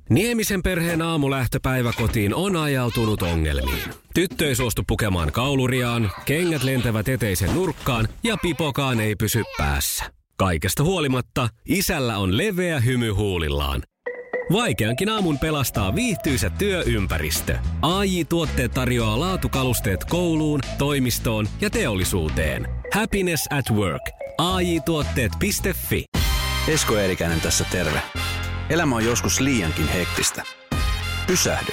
Niemisen perheen aamulähtöpäivä kotiin on ajautunut ongelmiin. Tyttö ei suostu pukemaan kauluriaan, kengät lentävät eteisen nurkkaan ja pipokaan ei pysy päässä. Kaikesta huolimatta, isällä on leveä hymy huulillaan. Vaikeankin aamun pelastaa viihtyisä työympäristö. AJ-tuotteet tarjoaa laatukalusteet kouluun, toimistoon ja teollisuuteen. Happiness at work. AJ-tuotteet.fi. Esko Eerikäinen tässä terve. Elämä on joskus liiankin hektistä. Pysähdy.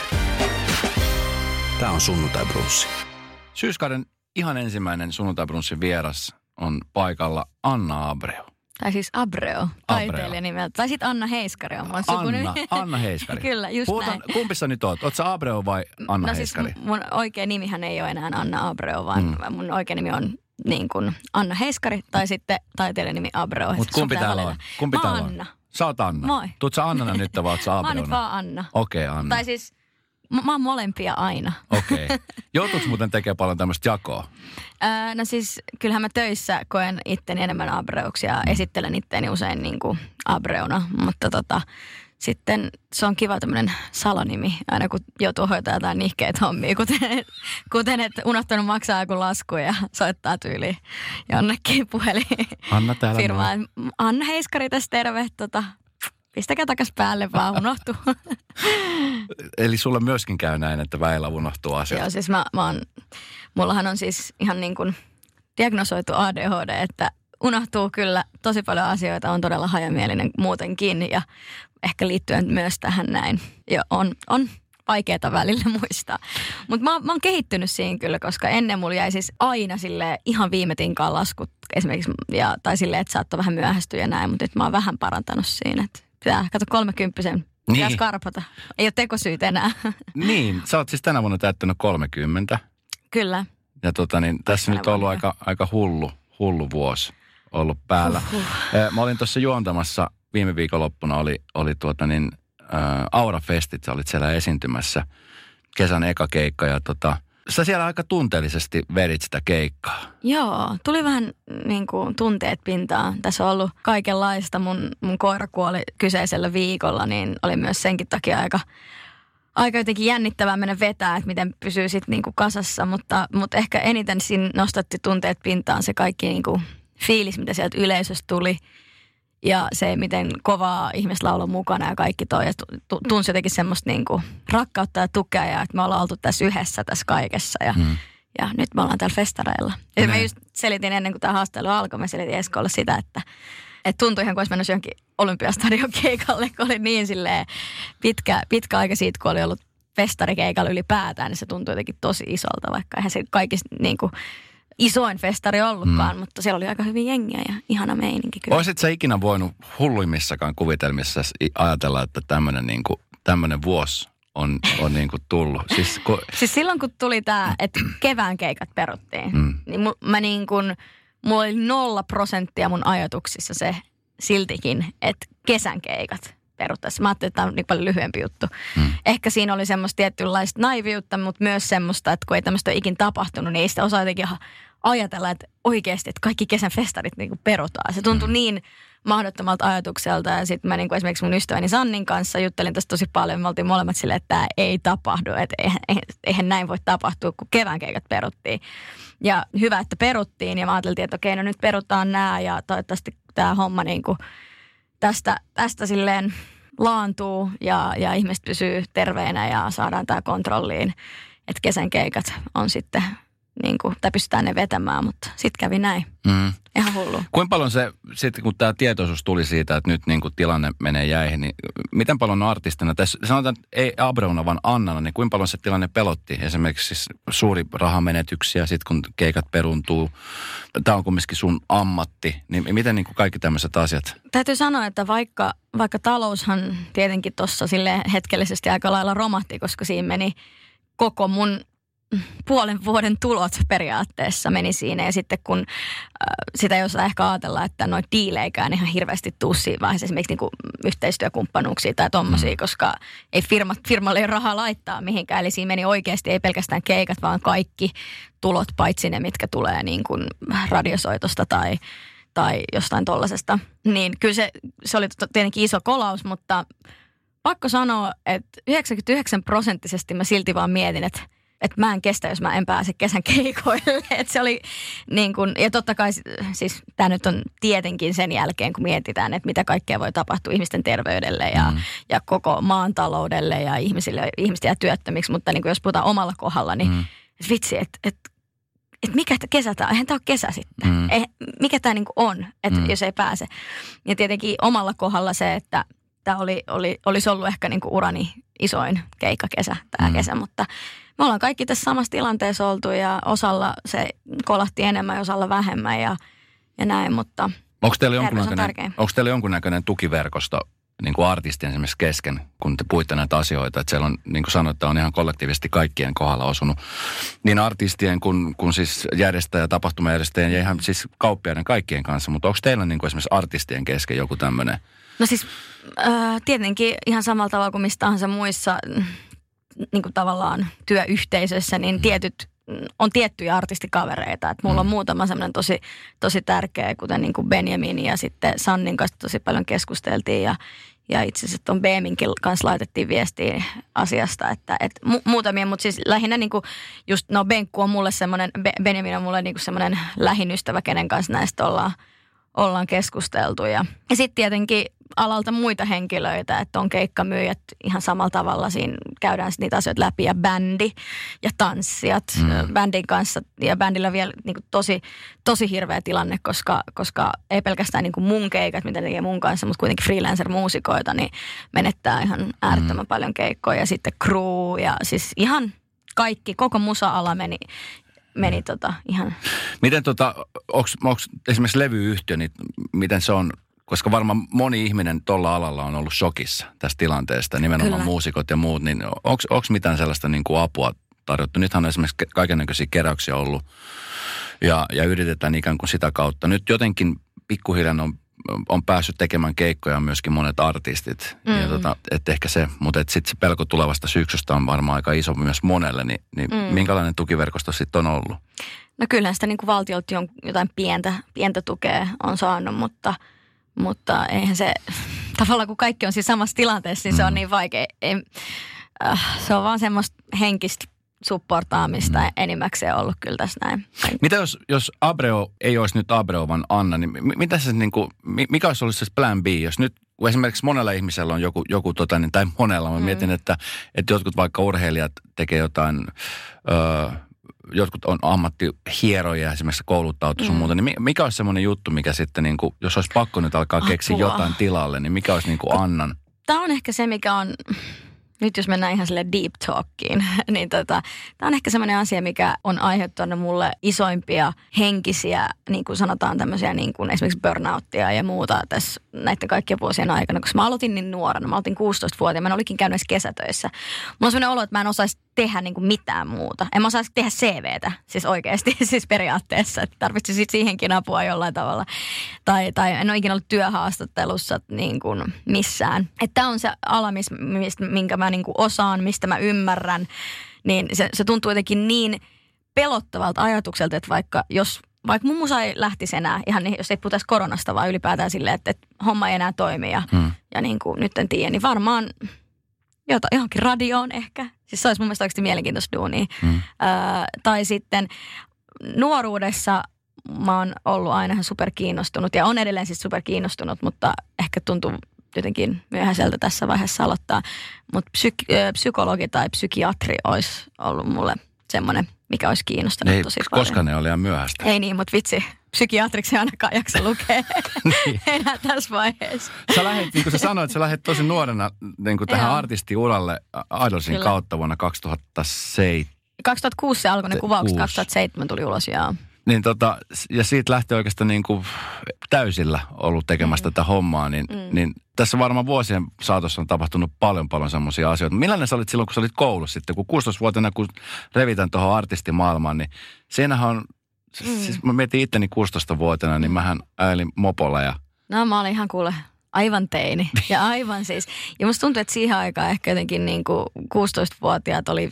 Tää on Sunnuntai Brunssi. Syyskauden ihan ensimmäinen Sunnuntai Brunssin vieras on paikalla Anna Abreu. Tai siis Abreu, taiteilija nimeltä. Tai sitten Anna Heiskari on mun sukunimi. Anna Heiskari. Kyllä, just näin. Kumpi sä nyt oot? Oot sä Abreu vai Anna Heiskari? Siis mun oikea nimihän ei ole enää Anna Abreu, vaan mun oikea nimi on niin kuin Anna Heiskari tai sitten taiteilijan nimi Abreu. Mutta kumpi täällä on? Mä oon Anna. Sä oot Anna. Moi. Tuut sä Annana nyt vai oot sä Abreuna? Mä oon nyt vaan Anna. Okei, Anna. Tai siis mä oon molempia aina. Okei. Joutuuko muuten tekemään paljon tämmöistä jakoa? No siis kyllähän mä töissä koen itteni enemmän Abreuksi ja esittelen itteni usein niin kuin Abreuna, mutta sitten se on kiva tämmöinen salonimi, aina kun joutuu hoitaa jotain nihkeitä hommia, kuten että unohtanut maksaa joku lasku ja soittaa tyyliin jonnekin puhelin. Anna täällä firmaan. Anna Heiskari tässä terve, pistäkää takas päälle, vaan unohtuu. Eli sulla myöskin käy näin, että väillä unohtuu asiat? Joo, siis mullahan on siis ihan niin kuin diagnosoitu ADHD, että unohtuu kyllä tosi paljon asioita, on todella hajamielinen muutenkin ja ehkä liittyen myös tähän näin. Ja on vaikeaa välillä muistaa. Mutta mä oon kehittynyt siinä kyllä, koska ennen mulla jäi siis aina silleen ihan viime tinkaan laskut esimerkiksi, tai silleen, että saattoi vähän myöhästyä ja näin, mutta nyt mä oon vähän parantanut siinä, että pitää, kato 30 pitäisi karpata. Ei ole tekosyyt enää. Niin, sä oot siis tänä vuonna täyttänyt 30. Kyllä. Ja tässä nyt on ollut aika hullu vuosi ollut päällä. Mä olin tuossa juontamassa viime viikonloppuna oli Aura-festit, sä olit siellä esiintymässä kesän eka keikka ja sä siellä aika tunteellisesti vedit sitä keikkaa. Joo, tuli vähän niin kuin tunteet pintaan. Tässä on ollut kaikenlaista. Mun koira kuoli kyseisellä viikolla, niin oli myös senkin takia aika jotenkin jännittävää mennä vetää, että miten pysyy sitten niin kuin kasassa. Mutta ehkä eniten siinä nostatti tunteet pintaan se kaikki niin kuin fiilis, mitä sieltä yleisöstä tuli. Ja se, miten kovaa ihmiset lauloi mukana ja kaikki toi. Ja tunsi jotenkin semmoista niinku rakkautta ja tukea ja että me ollaan oltu tässä yhdessä tässä kaikessa. Ja nyt me ollaan täällä festareilla. Ja mä just selitin ennen kuin tämä haastattelu alkoi, mä selitin Eskolle sitä, että tuntui ihan kuin olisi mennyt johonkin Olympiastadion keikalle, kun oli niin silleen pitkä aika siitä, kun oli ollut festarikeikalla ylipäätään, niin se tuntui jotenkin tosi isolta, vaikka eihän se kaikista niinku isoin festari ollutkaan, mutta siellä oli aika hyvin jengiä ja ihana meininki kyllä. Oisit sä ikinä voinut hulluimmissakaan kuvitelmissa ajatella, että tämmöinen vuosi on niinku tullut? Siis silloin kun tuli tämä, että kevään keikat peruttiin, niin mulla oli 0% mun ajatuksissa se siltikin, että kesän keikat peruttaisiin. Mä ajattelin, että tämä on niin paljon lyhyempi juttu. Ehkä siinä oli semmoista tietynlaista naiviutta, mutta myös semmoista, että kun ei tämmöistä ole ikin tapahtunut, niin ei sitä osaa jotenkin ajatella, että oikeasti, että kaikki kesän festarit niin kuin perutaan. Se tuntui niin mahdottomalta ajatukselta. Ja sitten mä niin kuin esimerkiksi mun ystäväni Sannin kanssa juttelin tästä tosi paljon. Me oltiin molemmat silleen, että tämä ei tapahdu. Että eihän näin voi tapahtua, kun kevään keikat peruttiin. Ja hyvä, että peruttiin. Ja mä ajattelin, että okei, no nyt perutaan nämä ja toivottavasti tämä homma niin kuin tästä silleen laantuu ja ihmiset pysyy terveenä ja saadaan tämä kontrolliin. Että kesän keikat on sitten niin kuin, tai pystytään ne vetämään, mutta sitten kävi näin. Ihan hullu. Kuinka paljon se, sitten kun tämä tietoisuus tuli siitä, että nyt niin kuin tilanne menee jäihin, niin miten paljon artistina, tässä sanotaan, että ei Abreuna, vaan Annana, niin kuinka paljon se tilanne pelotti? Esimerkiksi siis suuri rahamenetyksiä, sitten kun keikat peruntuu, tämä on kumminkin sun ammatti, niin miten niin kuin kaikki tämmöiset asiat? Täytyy sanoa, että vaikka taloushan tietenkin tuossa sille hetkellisesti aika lailla romahti, koska siinä meni koko mun puolen vuoden tulot periaatteessa meni siinä. Ja sitten kun sitä ei osaa ehkä ajatella, että noita diileikään ihan hirveästi tuu siinä vaiheessa esimerkiksi niinku yhteistyökumppanuuksia tai tommosia, koska ei firmalle ei rahaa laittaa mihinkään. Eli siinä meni oikeasti ei pelkästään keikat, vaan kaikki tulot, paitsi ne, mitkä tulee niin kuin radiosoitosta tai jostain tollasesta. Niin kyllä se oli tietenkin iso kolaus, mutta pakko sanoa, että 99% mä silti vaan mietin, että mä en kestä, jos mä en pääse kesän keikoille. Että se oli niin kuin, ja totta kai siis tämä nyt on tietenkin sen jälkeen, kun mietitään, että mitä kaikkea voi tapahtua ihmisten terveydelle ja koko maan taloudelle ja ihmiset jää työttömiksi. Mutta niin kuin jos puhutaan omalla kohdalla, niin vitsi, että mikä kesä tämä, eihän tämä ole kesä sitten. Mikä tämä niin kuin on, että jos ei pääse. Ja tietenkin omalla kohdalla se, että tämä olisi ollut ehkä niin kuin urani isoin keikkakesä tämä kesä, mutta me ollaan kaikki tässä samassa tilanteessa oltu ja osalla se kolahti enemmän ja osalla vähemmän ja näin, mutta onko teillä jonkunnäköinen tukiverkosto niin kuin artistien esimerkiksi kesken, kun te puhuitte näitä asioita, että siellä on, niin kuin sanoitte, on ihan kollektiivisesti kaikkien kohdalla osunut, niin artistien kun siis tapahtumajärjestäjien ja ihan siis kauppiaiden kaikkien kanssa, mutta onko teillä niin kuin esimerkiksi artistien kesken joku tämmöinen? No siis tietenkin ihan samalla tavalla kuin mistä tahansa muissa niin kuin tavallaan työyhteisössä, niin on tiettyjä artistikavereita. Että mulla on muutama semmoinen tosi tärkeä, kuten niin kuin Benjamin ja sitten Sannin kanssa tosi paljon keskusteltiin ja itse asiassa tuon Beeminkin kanssa laitettiin viestiä asiasta, että muutamia, mutta siis lähinnä niin kuin just, Benkku on mulle semmoinen, Benjamin on mulle niin kuin semmoinen lähin ystävä, kenen kanssa näistä ollaan keskusteltu. Ja sitten tietenkin alalta muita henkilöitä, että on keikkamyyjät ihan samalla tavalla. Siinä käydään niitä asioita läpi ja bändi ja tanssijat bändin kanssa. Ja bändillä vielä niin kuin tosi hirveä tilanne, koska ei pelkästään niin kuin mun keikat, mitä tekee mun kanssa, mutta kuitenkin freelancer-muusikoita, niin menettää ihan äärettömän paljon keikkoja. Ja sitten crew ja siis ihan kaikki, koko musa-ala meni ihan. Miten onko esimerkiksi levyyhtiö, niin miten se on, koska varmaan moni ihminen tuolla alalla on ollut shokissa tästä tilanteesta, nimenomaan Kyllä. muusikot ja muut, niin onko mitään sellaista niin kuin apua tarjottu? Nythän on esimerkiksi kaikennäköisiä keräyksiä ollut ja yritetään ikään kuin sitä kautta. Nyt jotenkin pikkuhiljaa on päässyt tekemään keikkoja myöskin monet artistit. Ja että ehkä se, mutta sitten se pelko tulevasta syksystä on varmaan aika iso myös monelle, niin minkälainen tukiverkosto sitten on ollut? No kyllähän sitä niin kuin valtiolta jotain pientä tukea on saanut, mutta eihän se, tavallaan kun kaikki on siinä samassa tilanteessa, niin se on niin vaikea. Se on vaan semmoista henkistä supportaamista enimmäkseen ollut kyllä tässä näin. Mitä jos Abreu ei olisi nyt Abreu, vaan Anna, niin mitä se niinku, mikä olisi ollut se plan B, jos nyt esimerkiksi monella ihmisellä on joku tai monella, mä mietin, että jotkut vaikka urheilijat tekee jotain, jotkut on ammattihieroja esimerkiksi kouluttautu sun muuta, niin mikä olisi semmoinen juttu, mikä sitten niinku, jos olisi pakko nyt alkaa keksiä jotain tilalle, niin mikä olisi niinku Annan? Tämä on ehkä se, mikä on, nyt jos mennään ihan sille deep talkiin, niin tämä on ehkä semmoinen asia, mikä on aiheuttanut mulle isoimpia henkisiä, niin kuin sanotaan tämmöisiä niin kuin esimerkiksi burnouttia ja muuta tässä näiden kaikkien vuosien aikana, koska mä aloitin niin nuorena, mä aloitin 16-vuotiaana, mä en olikin käynyt edes kesätöissä. Mulla on semmoinen olo, että mä en osaisi tehdä niin kuin mitään muuta. En mä osaisi tehdä CVtä, siis oikeasti, siis periaatteessa, että tarvitsi siihenkin apua jollain tavalla. Tai en ole ikinä ollut työhaastattelussa niin kuin missään. Että tämä on se ala, minkä mä niin kuin osaan, mistä mä ymmärrän, niin se tuntuu jotenkin niin pelottavalta ajatukselta, että vaikka mun musa ei lähtisi enää, ihan jos ei puhuta koronasta, vaan ylipäätään silleen, että homma ei enää toimi ja niin kuin nyt en tiedä, niin varmaan johonkin radioon ehkä. Siis se olisi mun mielestä oikeasti mielenkiintoista duunia. Tai sitten nuoruudessa mä oon ollut aina ihan superkiinnostunut ja on edelleen siis superkiinnostunut, mutta ehkä tuntuu jotenkin myöhäiseltä tässä vaiheessa aloittaa. Mutta psykologi tai psykiatri olisi ollut mulle semmoinen, mikä olisi kiinnostanut tosi paljon. Koska ne oli ihan myöhäistä. Ei niin, mutta vitsi, psykiatriksi ainakaan jaksa lukea enää tässä vaiheessa. Sä lähdet, niin kuin sä sanoit, sä lähdet tosi nuorena niin kuin tähän artistiuralle Idolsin kautta vuonna 2007. 2006 se alkoi ne kuvaukset, 2007 tuli ulos, Niin ja siitä lähti oikeastaan niin kuin täysillä ollut tekemässä tätä hommaa, niin tässä varmaan vuosien saatossa on tapahtunut paljon semmoisia asioita. Millainen sä olit silloin, kun sä olit koulussa sitten, kun 16-vuotiaana, kun revitän tuohon artistimaailmaan, niin siinähän on, siis mä mietin itteni 16-vuotiaana, niin mähän äilin mopolla ja... No mä olin ihan kuule aivan teini ja aivan siis. Ja musta tuntuu, että siihen aikaan ehkä jotenkin niin kuin 16-vuotiaat oli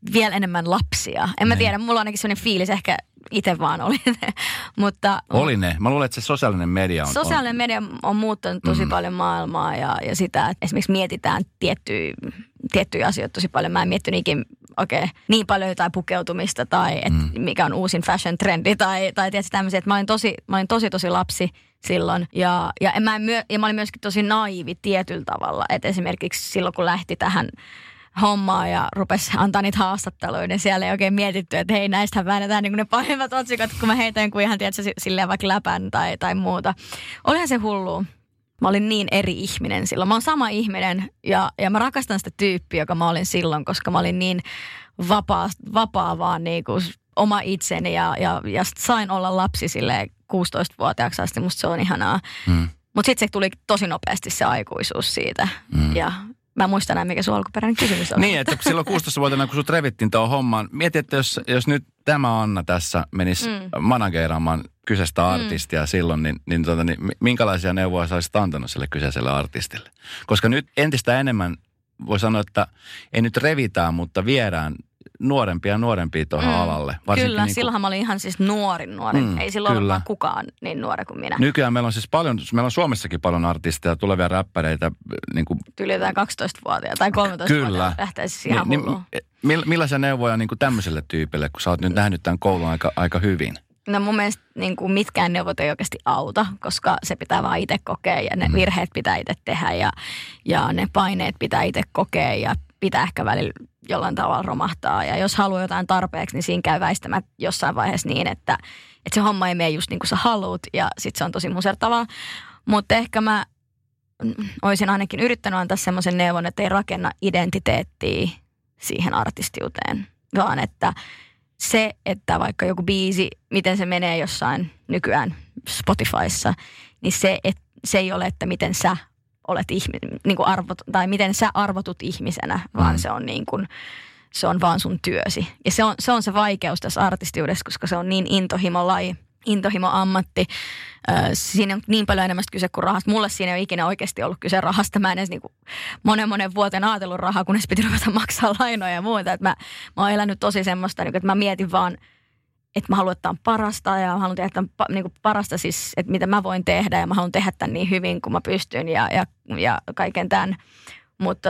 vielä enemmän lapsia. En mä tiedä, mulla on ainakin sellainen fiilis, ehkä itse vaan oli. Mutta oli ne. Mä luulen, että se sosiaalinen media on... Sosiaalinen media on muuttanut tosi paljon maailmaa ja sitä, että esimerkiksi mietitään tiettyjä asioita tosi paljon. Mä en miettinyt niin paljon jotain pukeutumista tai mikä on uusin fashion trendi tai tietysti tämmöisiä. Että mä olin tosi lapsi silloin ja mä olin myöskin tosi naivi tietyllä tavalla. Että esimerkiksi silloin, kun lähti tähän hommaa ja rupesi antaa niitä haastatteluja, niin siellä ei oikein mietitty, että hei, näistähän väännetään niin kuin ne pahimmat otsikot, kun mä heitän kuin ihan, tiedätkö, silleen vaikka läpän tai muuta. Olihan se hullua. Mä olin niin eri ihminen silloin. Mä oon sama ihminen ja mä rakastan sitä tyyppiä, joka mä olin silloin, koska mä olin niin vapaa vaan niin kuin oma itseni ja sain olla lapsi silleen 16-vuotiaaksi asti. Musta se on ihanaa. Mutta sitten se tuli tosi nopeasti se aikuisuus siitä ja mä muistan näin, mikä sun alkuperäinen kysymys on. Niin, että silloin 16-vuotiaana, kun sut revittiin tuohon hommaan, mieti, että jos nyt tämä Anna tässä menisi manageeraamaan kyseistä artistia silloin, niin minkälaisia neuvoja sä olisit antanut sille kyseiselle artistille? Koska nyt entistä enemmän voi sanoa, että ei nyt revitään, mutta viedään nuorempia tuohon alalle. Varsinkin kyllä, silloinhan mä olin ihan siis nuorin. Ei silloin ollut kukaan niin nuori kuin minä. Nykyään meillä on siis meillä on Suomessakin paljon artisteja, tulevia räppäreitä. Tyyli jotain 12-vuotiaita tai 13-vuotiaita lähtee siis ihan hulluun. Millaisia neuvoja niin kuin tämmöiselle tyypille, kun sä oot nyt nähnyt tämän koulun aika hyvin? No mun mielestä niin kuin mitkään neuvot ei oikeasti auta, koska se pitää vaan itse kokea ja ne virheet pitää itse tehdä ja ne paineet pitää itse kokea ja pitää ehkä välillä jollain tavalla romahtaa. Ja jos haluaa jotain tarpeeksi, niin siinä käy väistämättä jossain vaiheessa niin, että se homma ei mene just niin kuin sä haluut ja sitten se on tosi musertavaa. Mutta ehkä mä olisin ainakin yrittänyt antaa semmoisen neuvon, että ei rakenna identiteettiä siihen artistiuteen, vaan että se, että vaikka joku biisi, miten se menee jossain nykyään Spotifyssa, niin se ei ole, että miten sä olet niin kuin tai miten sä arvotut ihmisenä, vaan se on niin kuin, se on vaan sun työsi. Ja se on se vaikeus tässä artistiudessa, koska se on niin intohimolaji, intohimo-ammatti. Siinä on niin paljon enemmän kyse kuin rahasta. Mulle siinä ei ole ikinä oikeasti ollut kyse rahasta. Mä en edes niin kuin monen vuoteen ajatellut rahaa, kunnes piti ruveta maksaa lainoja ja muuta. Että mä oon elänyt tosi semmoista, että mä mietin vaan, että mä haluan, että on parasta ja mä haluan tehdä niin parasta siis, että mitä mä voin tehdä ja mä haluan tehdä tämän niin hyvin kuin mä pystyn ja kaiken tämän. Mutta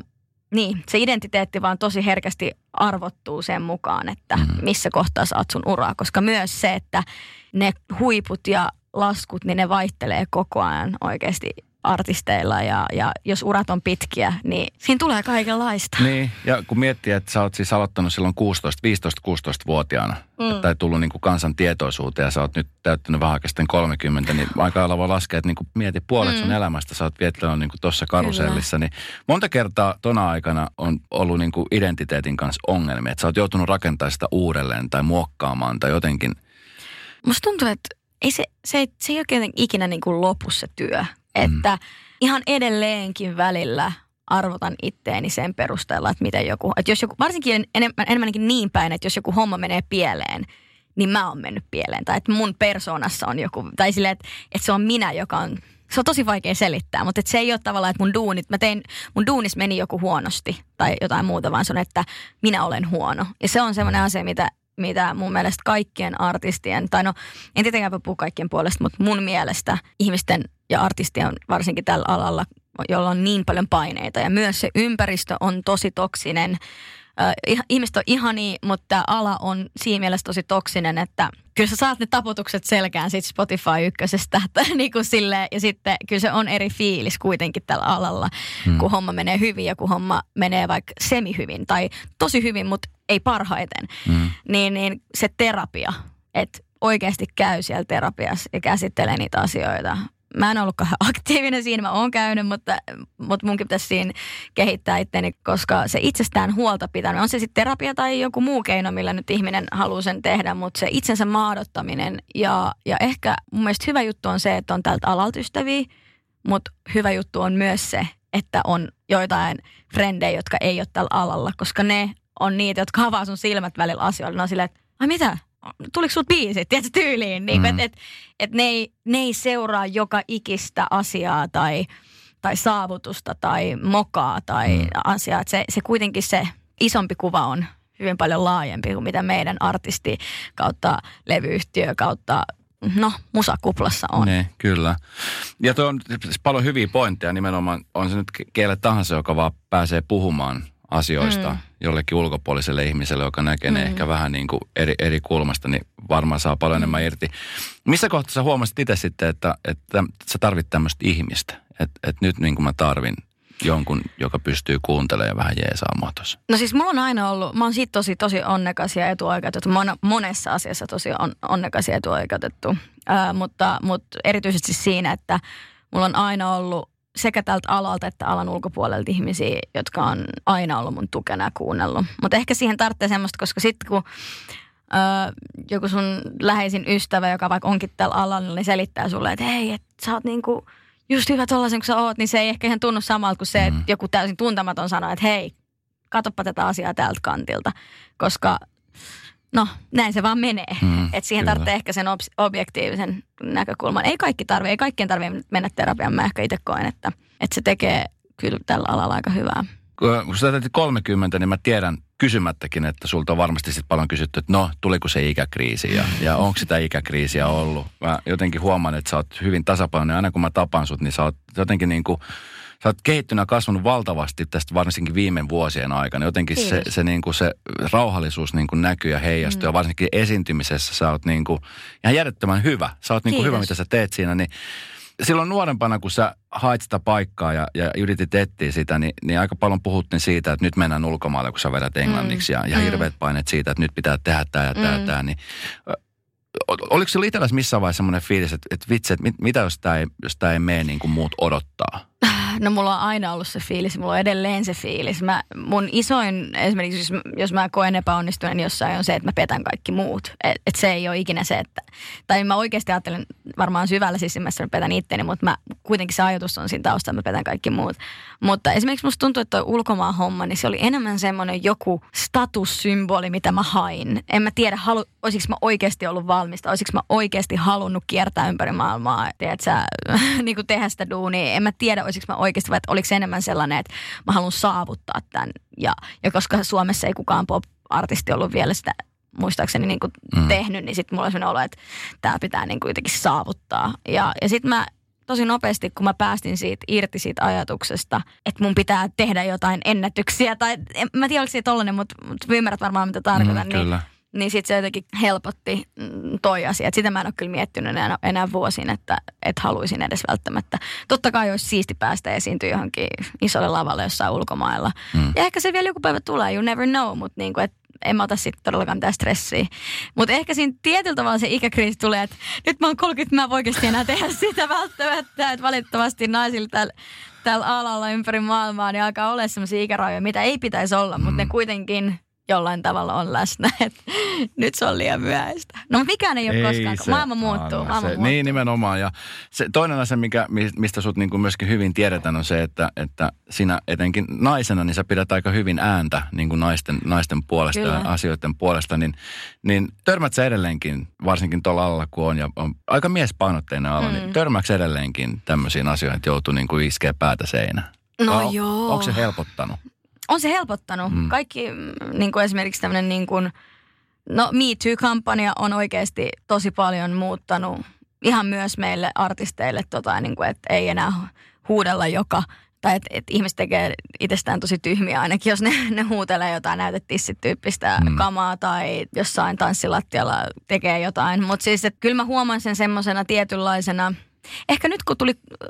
niin, se identiteetti vaan tosi herkästi arvottuu sen mukaan, että missä kohtaa sä oot sun uraa. Koska myös se, että ne huiput ja laskut, niin ne vaihtelee koko ajan oikeasti artisteilla ja jos urat on pitkiä, niin siinä tulee kaikenlaista. Niin, ja kun miettii, että sä oot siis aloittanut silloin 15-16-vuotiaana, tai tullut niin kuin kansan tietoisuuteen ja sä oot nyt täyttänyt vähän oikeastaan 30, niin aika lailla voi laskea, että niin kuin mieti puolet sun elämästä, sä oot viettänyt niin kuin tuossa karusellissa, niin monta kertaa tona aikana on ollut niin kuin identiteetin kanssa ongelmia, että sä oot joutunut rakentamaan sitä uudelleen tai muokkaamaan tai jotenkin. Musta tuntuu, että se ei oikein ikinä niin kuin lopu se työ. Että ihan edelleenkin välillä arvotan itteeni sen perusteella, että miten että jos joku, varsinkin enemmänkin niin päin, että jos joku homma menee pieleen, niin mä oon mennyt pieleen. Tai että mun persoonassa on joku, tai silleen, että se on minä, joka on, se on tosi vaikea selittää, mutta että se ei ole tavallaan, että mun duunis meni joku huonosti tai jotain muuta, vaan se on, että minä olen huono. Ja se on semmoinen asia, mitä mun mielestä kaikkien artistien, tai no en tietenkään puhu kaikkien puolesta, mutta mun mielestä ihmisten ja artistien varsinkin tällä alalla, jolla on niin paljon paineita ja myös se ympäristö on tosi toksinen. Ihmiset on ihania, mutta tämä ala on siinä mielessä tosi toksinen, että kyllä sä saat ne taputukset selkään siitä Spotify ykkösestä, niin kuin silleen, ja sitten kyllä se on eri fiilis kuitenkin tällä alalla, kun homma menee hyvin ja kun homma menee vaikka semi-hyvin tai tosi hyvin, mutta ei parhaiten, niin se terapia, että oikeasti käy siellä terapiassa ja käsittelee niitä asioita. Mä en ollutkaan aktiivinen siinä, mä oon käynyt, mutta munkin pitäisi siinä kehittää itteni, koska se itsestään huolta pitänyt. On se sitten terapia tai joku muu keino, millä nyt ihminen haluaa sen tehdä, mutta se itsensä maadottaminen ja ehkä mun mielestä hyvä juttu on se, että on tältä alalta ystäviä, mutta hyvä juttu on myös se, että on joitain frendejä, jotka ei ole tällä alalla, koska ne on niitä, jotka avaa sun silmät välillä asioilla. Ne on silleen, että ai mitä? Tuliko sulta biisit, tiedätkö, tyyliin? Niin, että ne ei seuraa joka ikistä asiaa tai saavutusta tai mokaa tai asiaa. Että se kuitenkin se isompi kuva on hyvin paljon laajempi kuin mitä meidän artisti kautta levyyhtiö kautta musakuplassa on. Ne, kyllä. Ja tuo on paljon hyviä pointteja, nimenomaan on se nyt kelle tahansa, joka vaan pääsee puhumaan asioista jollekin ulkopuoliselle ihmiselle, joka näkee ne ehkä vähän niin kuin eri kulmasta, niin varmaan saa paljon enemmän irti. Missä kohtaa sä huomasit itse sitten, että sä tarvit tämmöistä ihmistä? Että nyt niin kuin mä tarvin jonkun, joka pystyy kuuntelemaan ja vähän jeesaamaan tuossa. No siis mulla on aina ollut, mä oon siitä tosi onnekas ja etuoikeutettu. Mä oon monessa asiassa tosi onnekas ja etuoikeutettu. Mutta erityisesti siinä, että mulla on aina ollut sekä tältä alalta että alan ulkopuolelta ihmisiä, jotka on aina ollut mun tukena ja kuunnellut. Mutta ehkä siihen tarvitsee semmoista, koska sitten kun joku sun läheisin ystävä, joka vaikka onkin tällä alalla, niin selittää sulle, että hei, että sä oot niinku just hyvä tollaisen kuin sä oot, niin se ei ehkä ihan tunnu samalta kuin se, että joku täysin tuntematon sanoo, että hei, katsoppa tätä asiaa tältä kantilta, koska näin se vaan menee. Että siihen tarvitsee ehkä sen objektiivisen näkökulman. Ei kaikkien tarvitse mennä terapiaan. Mä ehkä itse koen, että se tekee kyllä tällä alalla aika hyvää. Kun sä täytit 30, niin mä tiedän kysymättäkin, että sulta on varmasti sit paljon kysytty, että tuliko se ikäkriisi ja onko sitä ikäkriisiä ollut. Mä jotenkin huomaan, että sä oot hyvin tasapainoinen. Aina kun mä tapaan sut, niin sä oot jotenkin niin kuin, sä oot kehittynyt ja kasvanut valtavasti tästä varsinkin viime vuosien aikana. Jotenkin se, niin kuin se rauhallisuus niin kuin näkyy ja heijastuu. Ja varsinkin esiintymisessä sä oot niin kuin ihan järjettömän hyvä. Sä oot niin kuin hyvä, mitä sä teet siinä. Niin silloin nuorempana, kun sä hait sitä paikkaa ja yritit etsiä sitä, niin aika paljon puhuttiin siitä, että nyt mennään ulkomaille, kun sä vedät englanniksi. Ja hirveät paineet siitä, että nyt pitää tehdä tää ja tää. Niin, oliko se itselläsi missään vaiheessa semmoinen fiilis, että vitsi, että mitä jos tää ei mene niin kuin muut odottaa? No mulla on aina ollut se fiilis, mulla on edelleen se fiilis. Mun isoin, esimerkiksi jos mä koen epäonnistuneen jossain, on se, että mä petän kaikki muut. Et se ei ole ikinä se, että, tai mä oikeasti ajattelen varmaan syvällä sisimmässä, että mä petän itteni, mutta kuitenkin se ajatus on siinä taustalla, että mä petän kaikki muut. Mutta esimerkiksi musta tuntuu, että toi ulkomaan homma, niin se oli enemmän semmoinen joku statussymboli, mitä mä hain. En mä tiedä, olisiko mä oikeasti ollut valmista, olisiko mä oikeasti halunnut kiertää ympäri maailmaa, niin kuin tehdä sitä duunia. En mä tiedä, olisiko mä oikeasti, vai että oliko se enemmän sellainen, että mä haluan saavuttaa tämän. Ja koska Suomessa ei kukaan pop-artisti ollut vielä sitä muistaakseni niin kuin tehnyt, niin sitten mulla oli sellainen olo, että tämä pitää niin kuin jotenkin saavuttaa. Ja sitten mä tosi nopeasti, kun mä päästin irti siitä ajatuksesta, että mun pitää tehdä jotain ennätyksiä, tai mä tiedä, oliko se tollainen, mutta ymmärrät varmaan, mitä tarkoitan. Niin sitten se jotenkin helpotti toi asia. Et sitä mä en ole kyllä miettinyt enää vuosiin, että haluaisin edes välttämättä. Totta kai olisi siisti päästä esiintyä johonkin isolle lavalle jossain ulkomailla. Ja ehkä se vielä joku päivä tulee, you never know, mutta niinku, en mä ota sitten todellakaan mitään stressiä. Mutta ehkä siinä tietyllä tavalla se ikäkriisi tulee, että nyt mä oon 30, mä en oikeasti enää tehdä sitä välttämättä. Että valitettavasti naisilla tällä alalla ympäri maailmaa niin alkaa olla sellaisia ikärajoja, mitä ei pitäisi olla, mutta ne kuitenkin jollain tavalla on läsnä, että nyt se on liian myöhäistä. No mikään ei ole koskaan, maailma muuttuu. Niin nimenomaan. Ja se toinen asia, mistä sut niin kuin myöskin hyvin tiedetään, on se, että sinä etenkin naisena, niin sä pidät aika hyvin ääntä niin kuin naisten puolesta ja asioiden puolesta. Niin törmät sä edelleenkin, varsinkin tuolla alalla, kun on, ja on aika miespainotteinen ala, niin törmääkö sä edelleenkin tämmöisiin asioihin, että joutuu niin kuin iskeä päätä seinään? No joo. Onko se helpottanut? On se helpottanut. Kaikki niin kuin esimerkiksi tämmöinen niin kuin, Me Too-kampanja on oikeasti tosi paljon muuttanut ihan myös meille artisteille, niin kuin, että ei enää huudella tai että ihmiset tekee itsestään tosi tyhmiä ainakin, jos ne huutelee jotain näytetissit-tyyppistä kamaa tai jossain tanssilattialla tekee jotain. Mutta siis, että kyllä mä huomaan sen semmoisena tietynlaisena. Ehkä nyt kun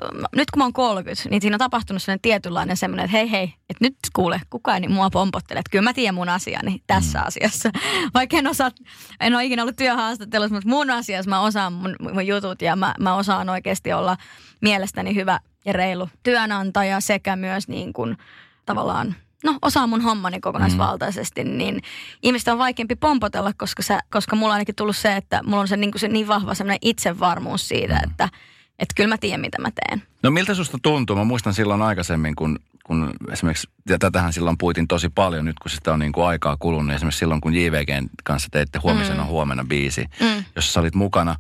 mä oon 30, niin siinä on tapahtunut sellainen tietynlainen semmoinen, että hei, että nyt kuule, kukaan ei mua pompottele. Että kyllä mä tiedän mun asiani tässä asiassa. Vaikka en ole ikinä ollut työhaastattelussa, mutta mun asiassa mä osaan mun jutut ja mä osaan oikeasti olla mielestäni hyvä ja reilu työnantaja sekä myös niin kuin tavallaan osaa mun hommani kokonaisvaltaisesti, niin ihmistä on vaikeampi pompotella, koska mulla on ainakin tullut se, että mulla on se niin vahva semmoinen itsevarmuus siitä, että kyllä mä tiedän, mitä mä teen. No miltä susta tuntuu? Mä muistan silloin aikaisemmin, kun esimerkiksi, ja tätähän silloin puitin tosi paljon nyt, kun sitä on niin kuin aikaa kulunut. Esimerkiksi silloin, kun JVGn kanssa teitte Huomenna biisi, jossa sä olit mukana.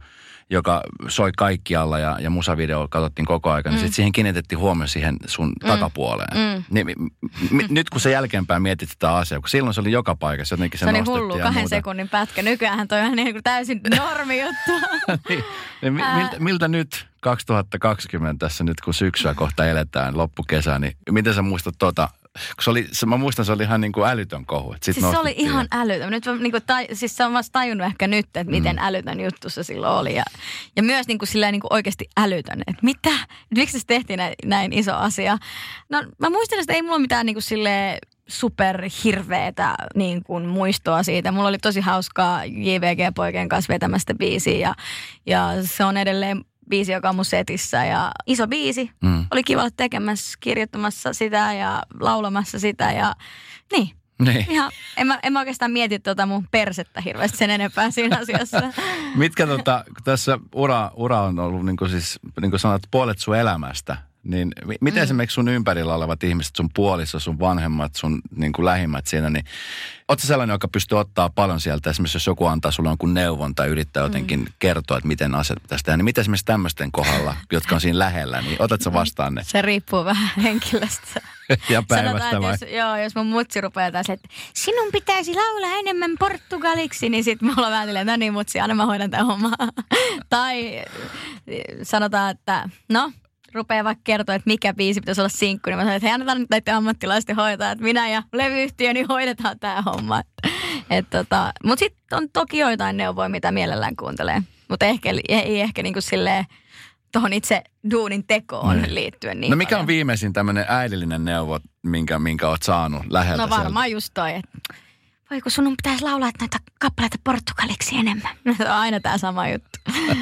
joka soi kaikkialla ja musavideo katsottiin koko ajan, niin sitten siihen kiinnitettiin huomioon siihen sun takapuoleen. Niin, nyt kun sä jälkeenpäin mietit sitä asiaa, kun silloin se oli joka paikassa, jotenkin se nostettiin. Se oli hullu 2 sekunnin pätkä. Nykyäänhän toi on niin kuin täysin normi juttu. niin, miltä nyt 2020 tässä nyt, kun syksyä kohta eletään, loppukesä, niin miten sä muistat mä muistan, se oli ihan niin kuin älytön kohu. Siis se oli ihan älytön. Nyt niin kuin siis se on vasta tajunnut ehkä nyt, että miten älytön juttu se silloin oli. Ja myös niin kuin silleen niin kuin oikeasti älytön. Että mitä? Miksi se tehtiin näin iso asia? No mä muistan, että ei mulla mitään niin kuin silleen superhirveetä niin kuin muistoa siitä. Mulla oli tosi hauskaa JVG-poikien kanssa vetämästä biisiä ja se on edelleen biisi, joka on mun setissä ja iso biisi. Oli kiva olla tekemässä, kirjoittamassa sitä ja laulamassa sitä ja niin. Ihan, en mä oikeastaan mieti mun persettä hirveästi sen enempää siinä asiassa. Mitkä tässä ura on ollut niin kuin sanot, puolet sun elämästä. Niin miten esimerkiksi sun ympärillä olevat ihmiset, sun puoliso, sun vanhemmat, sun niin kuin lähimmät siinä, niin ootko sellainen, joka pystyy ottaa paljon sieltä, esimerkiksi jos joku antaa sulle jonkun neuvon tai yrittää jotenkin kertoa, että miten asiat pitäisi tehdä, niin miten esimerkiksi tämmöisten kohdalla, jotka on siinä lähellä, niin otat sä vastaan ne? Se riippuu vähän henkilöstä. Ja päivästä vai? Jos mun mutsi rupeaa taas, että sinun pitäisi laulaa enemmän portugaliksi, niin sit mulla on vähän silleen, no niin mutsi, anna mä hoidan tämän hommaa. Tai sanotaan, että no, rupeaa vaikka kertoa, että mikä biisi pitäisi olla sinkku, niin mä sanon, että hei, annetaan nyt näiden ammattilaisten hoitaa, että minä ja levyyhtiö, niin hoidetaan tämä homma. Mutta sitten on toki joitain neuvoja, mitä mielellään kuuntelee. Mutta ei ehkä niinku silleen tuohon itse duunin tekoon liittyen. Niin no mikä paljon. On viimeisin tämmöinen äidillinen neuvo, minkä oot saanut läheltä? No varmaan sieltä? Just toi, että voiko sunun pitäisi laulaa näitä kappaleita portugaliksi enemmän. Se on aina tämä sama juttu.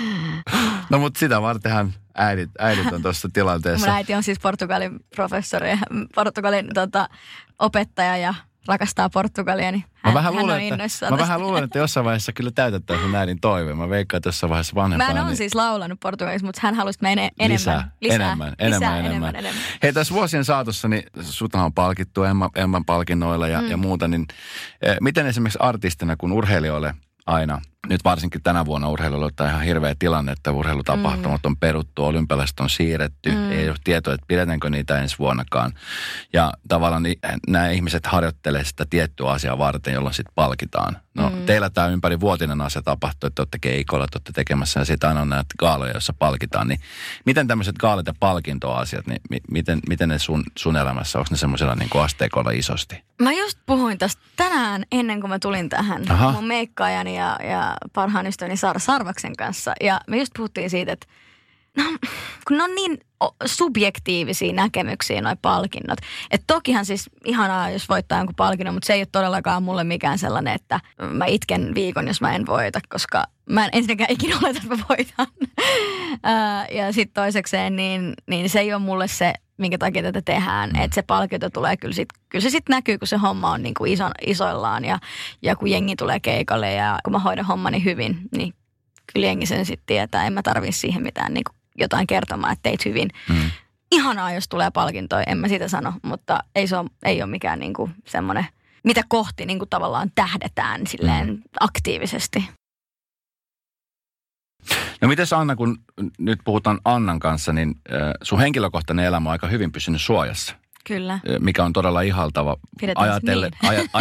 No mutta sitä vartenhan äidit on tuossa tilanteessa. Mun äiti on siis Portugalin professori ja Portugalin opettaja ja rakastaa Portugalia, niin hän on innoissaan. Mä vähän luulen, että jossain vaiheessa kyllä täytetään sun äidin toive. Mä veikkaan, että jossain vaiheessa vanhempana. Mä en ole siis laulanut portugaliksi, mutta hän halusi enemmän. Enemmän. Hei, tässä vuosien saatossa, niin suthan on palkittu Emman palkinnoilla ja muuta, niin miten esimerkiksi artistina, kun urheilijoille aina, nyt varsinkin tänä vuonna urheilulla on ihan hirveä tilanne, että urheilutapahtumat on peruttu, olympialaiset on siirretty, ei ole tietoa, että pidetäänkö niitä ensi vuonnakaan. Ja tavallaan nämä ihmiset harjoittelee sitä tiettyä asiaa varten, jolloin sitten palkitaan. No teillä tämä ympärivuotinen asia tapahtuu, että olette keikolla, että olette tekemässä ja sitten aina on näitä gaaloja, joissa palkitaan. Niin miten tämmöiset gaalit ja palkintoasiat, niin miten ne sun elämässä, onko ne semmoisella niin kuin asteikolla isosti? Mä just puhuin tästä tänään ennen kuin mä tulin tähän mun meikkaajani ja parhaan ystäväni Saara Sarvaksen kanssa. Ja me just puhuttiin siitä, että kun ne on niin subjektiivisia näkemyksiä noi palkinnot. Että tokihan siis ihanaa, jos voittaa jonkun palkinnon, mutta se ei ole todellakaan mulle mikään sellainen, että mä itken viikon, jos mä en voita, koska mä en ensinnäkään ikinä oleta, että mä voitan. Ja sitten toisekseen, niin se ei ole mulle se, minkä takia tätä tehdään. Että se palkinto tulee kyllä se sitten näkyy, kun se homma on niin kuin isoillaan ja kun jengi tulee keikalle ja kun mä hoidan hommani hyvin, niin kyllä jengi sen sitten tietää. En mä tarvii siihen mitään niin kuin jotain kertomaan, että teit hyvin. Ihanaa, jos tulee palkintoja, en mä sitä sano, mutta ei ole mikään niin kuin semmoinen, mitä kohti niin kuin tavallaan tähdetään silleen aktiivisesti. No mites Anna, kun nyt puhutaan Annan kanssa, niin sun henkilökohtainen elämä on aika hyvin pysynyt suojassa. Kyllä. Mikä on todella ihaltava. Pidetään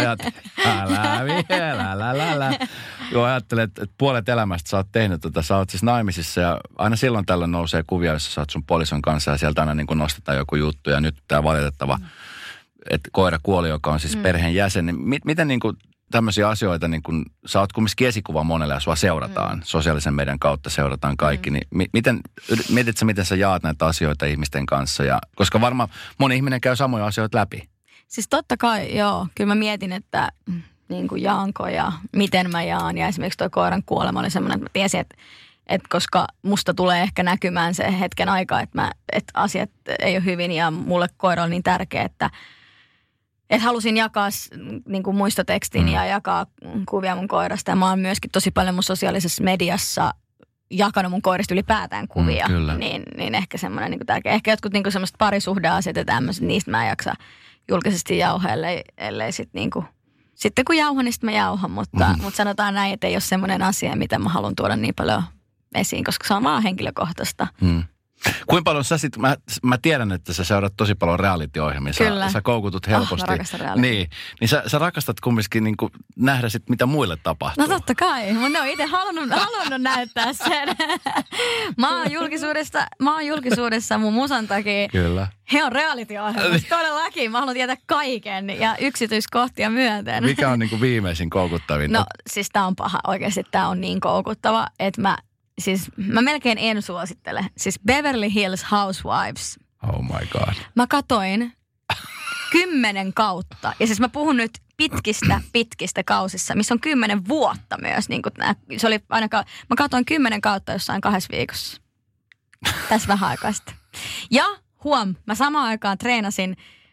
Joo, ajattelet, että puolet elämästä sä oot tehnyt sä oot siis naimisissa ja aina silloin tällöin nousee kuvia, jossa sä oot sun puolison kanssa ja sieltä aina niin kuin nostetaan joku juttu ja nyt tää valitettava, että koira kuoli, joka on siis perheen jäsen, niin miten niin kuin tämmöisiä asioita, niin kun sä oot kumminkin esikuva monelle ja sua seurataan, sosiaalisen median kautta seurataan kaikki, niin mietitkö miten sä jaat näitä asioita ihmisten kanssa? Koska varmaan moni ihminen käy samoja asioita läpi. Siis totta kai, joo. Kyllä mä mietin, että niin kuin jaanko ja miten mä jaan. Ja esimerkiksi toi koiran kuolema oli semmoinen, että mä tiesin, että koska musta tulee ehkä näkymään se hetken aikaa, että asiat ei ole hyvin ja mulle koira on niin tärkeä, että halusin jakaa niin kuin muistotekstin ja jakaa kuvia mun koirasta. Ja mä oon myöskin tosi paljon mun sosiaalisessa mediassa jakanut mun koirista ylipäätään kuvia. Niin ehkä semmoinen niin kuin tärkeä. Ehkä jotkut niin kuin semmoiset parisuhdeasiat ja tämmöiset, niistä mä en jaksa julkisesti jauhaa, ellei sitten niin kuin, sitten kun jauhan, niin sitten mä jauhan. Mutta sanotaan näin, että ei ole semmoinen asia, mitä mä haluan tuoda niin paljon esiin, koska se on vaan henkilökohtaista. Kuinka paljon sä sit, mä tiedän, että sä seurat tosi paljon reality-ohjelmia. Kyllä. Sä koukutut helposti. Mä rakastan reality. Niin sä rakastat kumminkin niin kuin nähdä sit, mitä muille tapahtuu. No totta kai, mutta ne on itse halunnut näyttää sen. Mä oon julkisuudessa mun musan takia. Kyllä. He on reality-ohjelmassa, todellakin. Mä haluan tietää kaiken ja yksityiskohtia myöten. Mikä on niin kuin viimeisin koukuttavin? No siis tää on paha. Oikeasti tää on niin koukuttava, että mä melkein en suosittele. Siis Beverly Hills Housewives. Oh my god. Mä katoin 10 kautta. Ja siis mä puhun nyt pitkistä kausissa, missä on 10 vuotta myös. Niin se oli ainakaan, mä katoin 10 kautta jossain 2 viikossa. Tässä vähän aikaa sitten. Ja mä samaan aikaan treenasin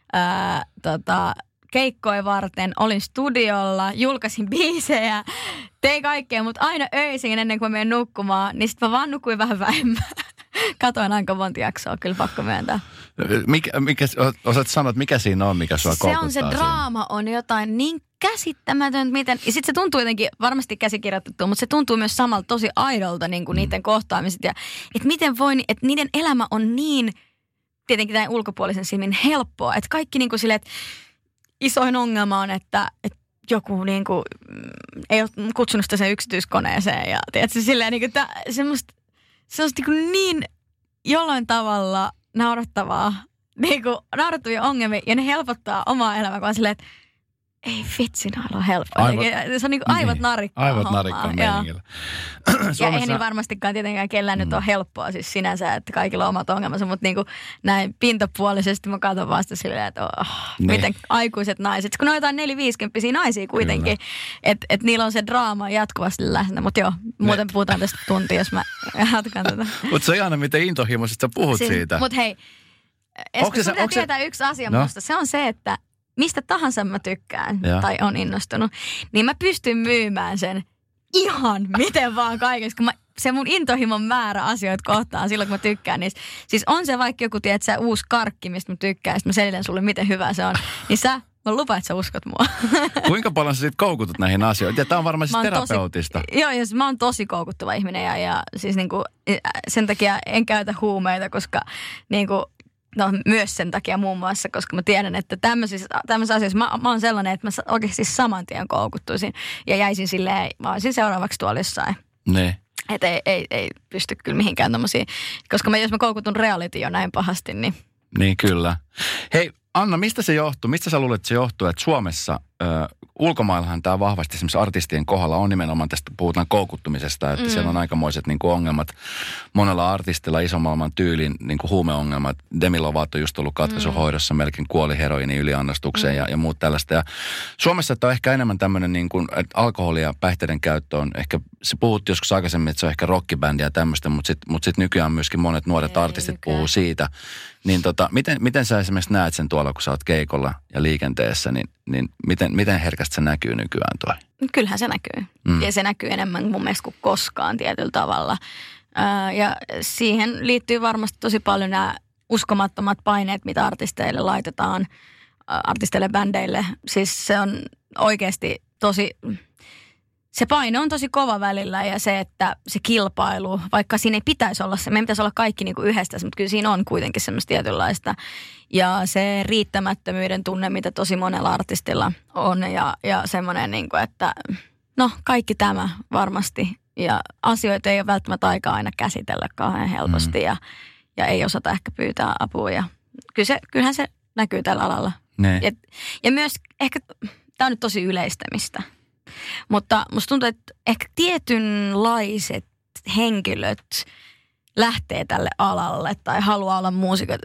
keikkoja varten, olin studiolla, julkaisin biisejä, tein kaikkea, mutta aina öisin ennen kuin mä menen nukkumaan, niin sitten mä vaan nukuin vähän vähemmän. Katoin aika monta jaksoa, kyllä pakko myöntää. Osaat sanoa, että mikä siinä on, mikä sua koukuttaa? Se draama on jotain niin käsittämätöntä, miten... Ja sitten se tuntuu jotenkin, varmasti käsikirjoitettua, mutta se tuntuu myös samalla tosi aidolta niin kuin niiden kohtaamiset. Ja että miten voi, että niiden elämä on niin, tietenkin tämän ulkopuolisen silmin helppoa, että kaikki niin kuin silleen, että isoin ongelma on, että joku niin kuin ei ole kutsunut sitä sen yksityiskoneeseen ja tiedätkö, silleen niin kuin semmoista niin jollain tavalla naurattavaa, niin kuin naurattavia ongelmia ja ne helpottaa omaa elämää, kun on silleen, että ei vitsi, noilla on helppoa. Se on niin kuin aivot narikkaa Aivot narikkaa meiningillä. Ja ei niin varmastikaan tietenkään kellään nyt on helppoa siis sinänsä, että kaikilla on omat ongelmansa, mutta niin kuin näin pintapuolisesti mä katson vasta silleen, että miten aikuiset naiset, kun ne on jotain 4-50 naisia kuitenkin, että niillä on se draama jatkuvasti läsnä, mutta joo, muuten puhutaan tästä tuntia, jos mä jatkan tätä. Mutta se on aina miten intohimoisesti sä puhut siitä. Mutta hei, Esko, sun pitää tietää yksi asia musta, se on se, että mistä tahansa mä tykkään tai on innostunut, niin mä pystyn myymään sen ihan miten vaan kaikessa, kun se mun intohimon määrä asioita kohtaan silloin, kun mä tykkään niistä. Siis on se vaikka joku, tiedät uusi karkki, mistä mä tykkään, ja sit mä selitän sulle, miten hyvä se on. Niin mä lupaan, että sä uskot mua. Kuinka paljon sä sit koukutut näihin asioihin? Ja tää on varmaan siis terapeutista. Joo, ja mä oon tosi koukuttava ihminen, ja siis niinku, sen takia en käytä huumeita, koska niinku, no myös sen takia muun muassa, koska mä tiedän, että tämmöisissä asioissa mä oon sellainen, että mä oikeasti saman tien koukuttuisin ja jäisin silleen, mä olisin seuraavaksi tuolla jossain. Ne. Että ei pysty kyllä mihinkään tommosiin, koska jos mä koukutun reality jo näin pahasti, niin... Niin kyllä. Hei Anna, mistä se johtuu? Mistä sä luulet, että se johtuu, että Suomessa, ulkomaillahan tämä vahvasti esimerkiksi artistien kohdalla on nimenomaan tästä, puhutaan koukuttumisesta, että siellä on aikamoiset niin kuin ongelmat. Monella artistilla isomaailman tyylin niin kuin huumeongelmat. Demi Lovato on just ollut katkaisuhoidossa, melkein kuoli heroini yliannostukseen ja muut tällaista. Ja Suomessa on ehkä enemmän tämmöinen, niin kuin, että alkoholi ja päihteiden käyttö on ehkä, se puhuttiin joskus aikaisemmin, että se on ehkä rockibändiä ja tämmöistä, mutta sit nykyään myöskin monet nuoret artistit puhuu siitä. Niin miten sä esimerkiksi näet sen tuolla, kun sä oot keikolla ja liikenteessä, niin miten herkästi se näkyy nykyään toi? Kyllähän se näkyy. Ja se näkyy enemmän mun mielestä kuin koskaan tietyllä tavalla. Ja siihen liittyy varmasti tosi paljon nämä uskomattomat paineet, mitä artisteille laitetaan, artisteille, bändeille. Siis se on oikeasti tosi... Se paine on tosi kova välillä ja se, että se kilpailu, vaikka siinä ei pitäisi olla se, meidän pitäisi olla kaikki niin kuin yhdestä, mutta kyllä siinä on kuitenkin semmoista tietynlaista. Ja se riittämättömyyden tunne, mitä tosi monella artistilla on ja semmoinen, niin kuin, että no kaikki tämä varmasti. Ja asioita ei ole välttämättä aikaa aina käsitellä kauhean helposti ja ei osata ehkä pyytää apua. Ja kyllähän se näkyy tällä alalla. Ja myös ehkä, tämä on nyt tosi yleistämistä. Mutta musta tuntuu, että ehkä tietynlaiset henkilöt lähtee tälle alalle tai haluaa olla muusikot,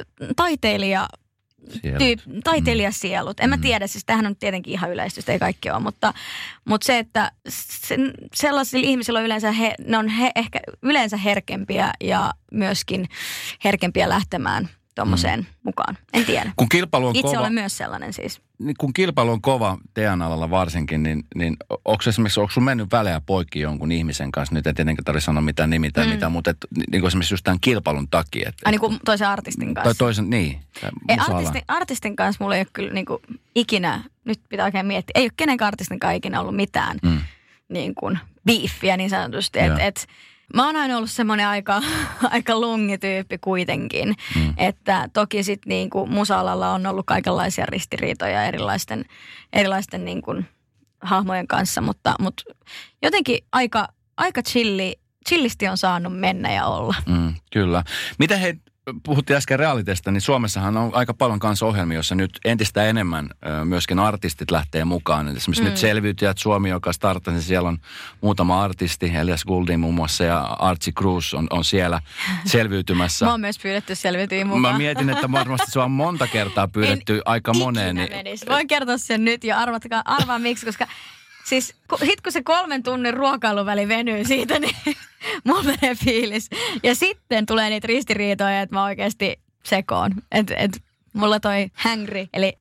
taiteilijasielut. En mä tiedä, siis tämähän on tietenkin ihan yleistystä, ei kaikki ole, mutta se, että sellaisilla ihmisillä on yleensä, ne on ehkä yleensä herkempiä ja myöskin herkempiä lähtemään tommoseen mukaan. En tiedä. Kun kilpailu on itse olen myös sellainen siis. Kun kilpailu on kova teidän alalla varsinkin, niin onko sun mennyt väleä poikki jonkun ihmisen kanssa? Nyt ei tietenkään tarvitse sanoa mitään nimi tai mitään, mutta niin esimerkiksi just tämän kilpailun takia. Niin kuin toisen artistin kanssa? Tai toisen, niin. Artistin kanssa mulla ei ole kyllä niin kuin ikinä, nyt pitää oikein miettiä, ei ole kenenkään artistin kanssa ikinä ollut mitään niin kuin beefiä niin sanotusti. Mä oon aina ollut semmoinen aika longityyppi kuitenkin, että toki sit niinku musa-alalla on ollut kaikenlaisia ristiriitoja erilaisten niinku hahmojen kanssa, mutta jotenkin aika chillisti on saanut mennä ja olla. Kyllä. Miten puhuttiin äsken realiteista, niin Suomessahan on aika paljon kanssa ohjelmia, joissa nyt entistä enemmän myöskin artistit lähtee mukaan. Esimerkiksi nyt Selviytyjät Suomi, joka startasi, niin siellä on muutama artisti, Elias Goulding muun muassa ja Archie Cruz on siellä selviytymässä. Mä oon myös pyydetty selviytyjiin mukaan. Mä mietin, että varmasti sua on monta kertaa pyydetty aika moneen. Voin kertoa sen nyt ja arvaa miksi, koska siis kun se 3 tunnin ruokailuväli venyy siitä, niin mulla menee fiilis. Ja sitten tulee niitä ristiriitoja, että mä oikeasti sekoon. Et mulla toi hangry, eli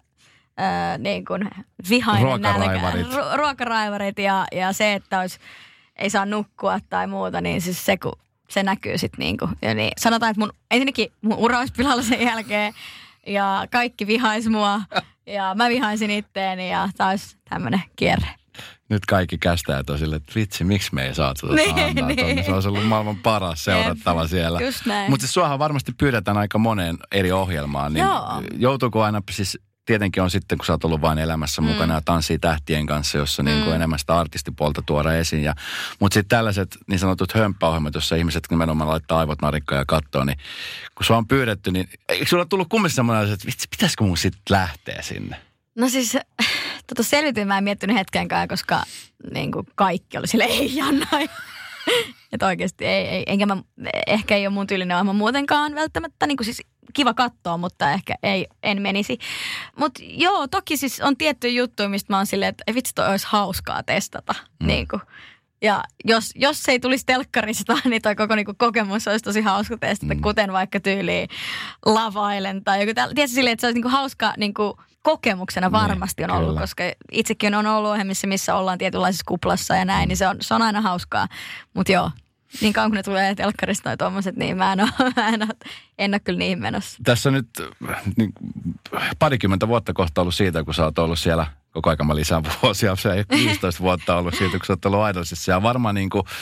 niin kuin vihainen nälkä. Ruokaraivarit ja se, että ei saa nukkua tai muuta, niin siis se näkyy sitten niinku. Ja niin, sanotaan, että ensinnäkin mun ura olisi pilalla sen jälkeen ja kaikki vihais mua ja mä vihaisin itteeni ja taas tämmönen kierre. Nyt kaikki kästäjät on silleen, että vitsi, miksi me ei saatu antaa tuonne. Se olisi ollut maailman paras seurattava siellä. Mutta siis suahan varmasti pyydetään aika moneen eri ohjelmaan. Niin joutuuko aina, siis tietenkin on sitten, kun sä oot ollut vain elämässä mukana ja tanssii tähtien kanssa, jossa niin kuin enemmän sitä artistipuolta tuoda esiin. Mutta sitten tällaiset niin sanotut hömppäohjelmat, jossa ihmiset nimenomaan laittaa aivot narikkaan ja kattoo, niin kun sua on pyydetty, niin eikö sulla tullut kumminkin semmoinen, että vitsi, pitäisikö mun sitten lähteä sinne? No siis selvityin mä en miettinyt hetkenkään, koska niin kuin kaikki oli silleen, ei Janna. Että oikeasti ehkä ei ole mun tyylinen ohjelma muutenkaan välttämättä, niin kuin siis kiva katsoa, mutta ehkä en menisi. Mutta joo, toki siis on tiettyjä juttuja, mistä mä oon silleen, että vitsi toi olisi hauskaa testata. Niin kuin. Ja jos se ei tulisi telkkarista, niin toi koko niin kuin kokemus olisi tosi hauska testata, kuten vaikka tyyliin Love Island tai joku tällainen. Tiedätkö silleen, että se olisi niin kuin hauska niin kuin kokemuksena varmasti on ollut, kyllä. Koska itsekin on ollut ohjelmissa, missä ollaan tietynlaisessa kuplassa ja näin, niin se on aina hauskaa. Mutta joo, niin kauan kun ne tulee telkkarista tai tommoset, niin mä en ole kyllä niihin menossa. Tässä nyt niin, parikymmentä vuotta kohta ollut siitä, kun sä oot ollut siellä, koko ajan mä lisään vuosia, se ei 15 vuotta ollut siitä, kun sä oot ollut Idolsissa. Ja varmaan niin kuin,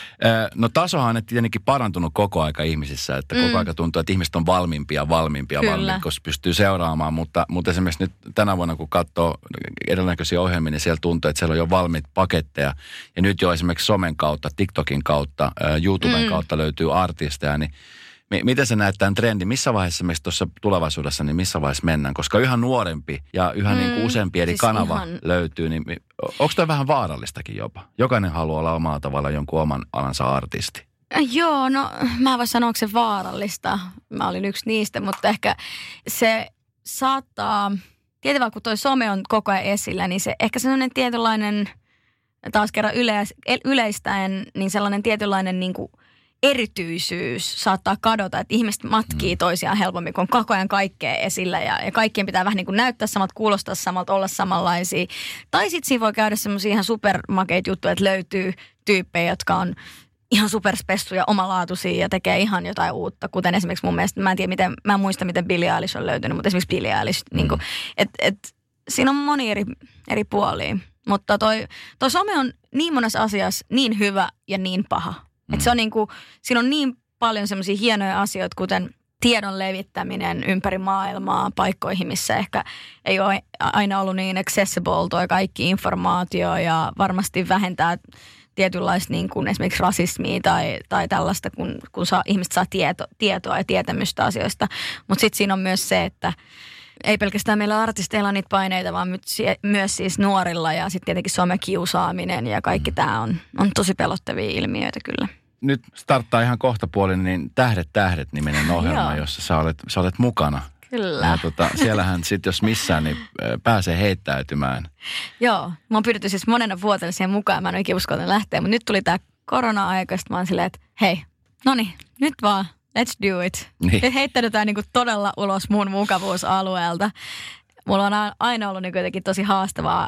no tasohan on tietenkin parantunut koko aika ihmisissä, että koko aika tuntuu, että ihmiset on valmiimpia, koska pystyy seuraamaan. Mutta esimerkiksi nyt tänä vuonna, kun katsoo erinäköisiä ohjelmia, niin siellä tuntuu, että siellä on jo valmiit paketteja. Ja nyt jo esimerkiksi somen kautta, TikTokin kautta, YouTuben kautta löytyy artisteja, niin miten se näet tämän trendin? Missä vaiheessa meistä tuossa tulevaisuudessa, niin missä vaiheessa mennään? Koska yhä nuorempi ja yhä niin kuin useampi eri siis kanava löytyy, niin onko tämä vähän vaarallistakin jopa? Jokainen haluaa olla omalla tavalla jonkun oman alansa artisti. Joo, no mä voin sanoa, onko se vaarallista. Mä olin yksi niistä, mutta ehkä se saattaa, tietysti kun toi some on koko ajan esillä, niin se ehkä sellainen tietynlainen, taas kerran yleistäen, niin sellainen tietynlainen niin kuin erityisyys saattaa kadota, että ihmiset matkii toisiaan helpommin, kun on koko ajan kaikkea esillä ja kaikkien pitää vähän niin kuin näyttää samalta, kuulostaa samalta, olla samanlaisia. Tai sitten siinä voi käydä semmoisia ihan supermakeita juttuja, että löytyy tyyppejä, jotka on ihan superspessuja, omalaatuisia ja tekee ihan jotain uutta. Kuten esimerkiksi mun mielestä, mä en muista, miten Billie Eilish on löytynyt, mutta esimerkiksi Billie Eilish, niin kuin, siinä on moni eri puolia. Mutta toi some on niin monessa asiassa niin hyvä ja niin paha. Että se on niin kuin, siinä on niin paljon semmoisia hienoja asioita, kuten tiedon levittäminen ympäri maailmaa paikkoihin, missä ehkä ei ole aina ollut niin accessible toi kaikki informaatio ja varmasti vähentää tietynlaista niin kuin esimerkiksi rasismia tai tällaista, kun ihmiset saa tietoa ja tietämystä asioista. Mutta sitten siinä on myös se, että ei pelkästään meillä artisteilla on niitä paineita, vaan myös siis nuorilla ja sitten tietenkin somekiusaaminen ja kaikki tämä on tosi pelottavia ilmiöitä kyllä. Nyt starttaa ihan kohtapuolin niin Tähdet-niminen ohjelma, jossa sä olet mukana. Kyllä. Ja siellähän sitten jos missään, niin pääsee heittäytymään. Joo, mä oon pyydetty siis monena vuotena siihen mukaan, mä en oikein uskaltanut lähteä, mutta nyt tuli tää korona-aika, mä oon silleen, että hei, noniin, nyt vaan, let's do it. Niin. Nyt heittäydytään niinku todella ulos mun mukavuusalueelta. Mulla on aina ollut niinku jotenkin tosi haastavaa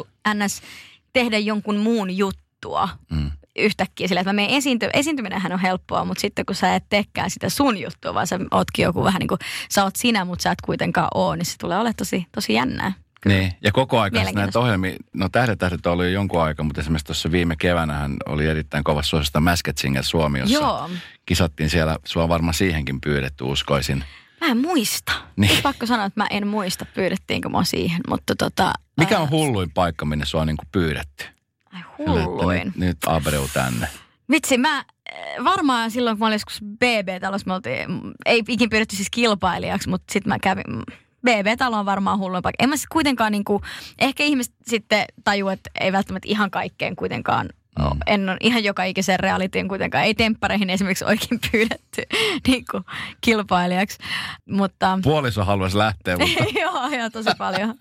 tehdä jonkun muun juttua. Yhtäkkiä sillä, että mä menen esiintyminenhän on helppoa, mutta sitten kun sä et teekään sitä sun juttua, vaan sä ootkin joku vähän niin kuin, sä oot sinä, mutta sä et kuitenkaan ole, niin se tulee olemaan tosi jännää. kyllä. Niin, ja koko ajan näitä ohjelmia, no Tähdet on ollut jo jonkun aikaa, mutta esimerkiksi tuossa viime keväänähän oli erittäin kovassa suosista Masked Singer Suomi, jossa kisattiin siellä. Sua on varmaan siihenkin pyydetty, uskoisin. Mä en muista. Niin. Pakko sanoa, että mä en muista, pyydettiinkö mua siihen, mutta Mikä on hulluin paikka, minne sua on niin kuin pyydetty? Ai hulluin? Nyt Abreu tänne. Vitsi, mä varmaan silloin, kun mä olin joskus BB-talossa, me oltiin, ei ikin pyydetty siis kilpailijaksi, mutta sitten mä kävin, BB-talo on varmaan hulluin paikka. En mä sitten kuitenkaan niinku, ehkä ihmiset sitten tajuu, että ei välttämättä ihan kaikkeen kuitenkaan, en ole ihan joka ikisen realityin kuitenkaan, ei temppareihin esimerkiksi oikein pyydetty niinku kilpailijaksi, mutta... Puoliso haluaisi lähteä, mutta... joo, tosi paljon.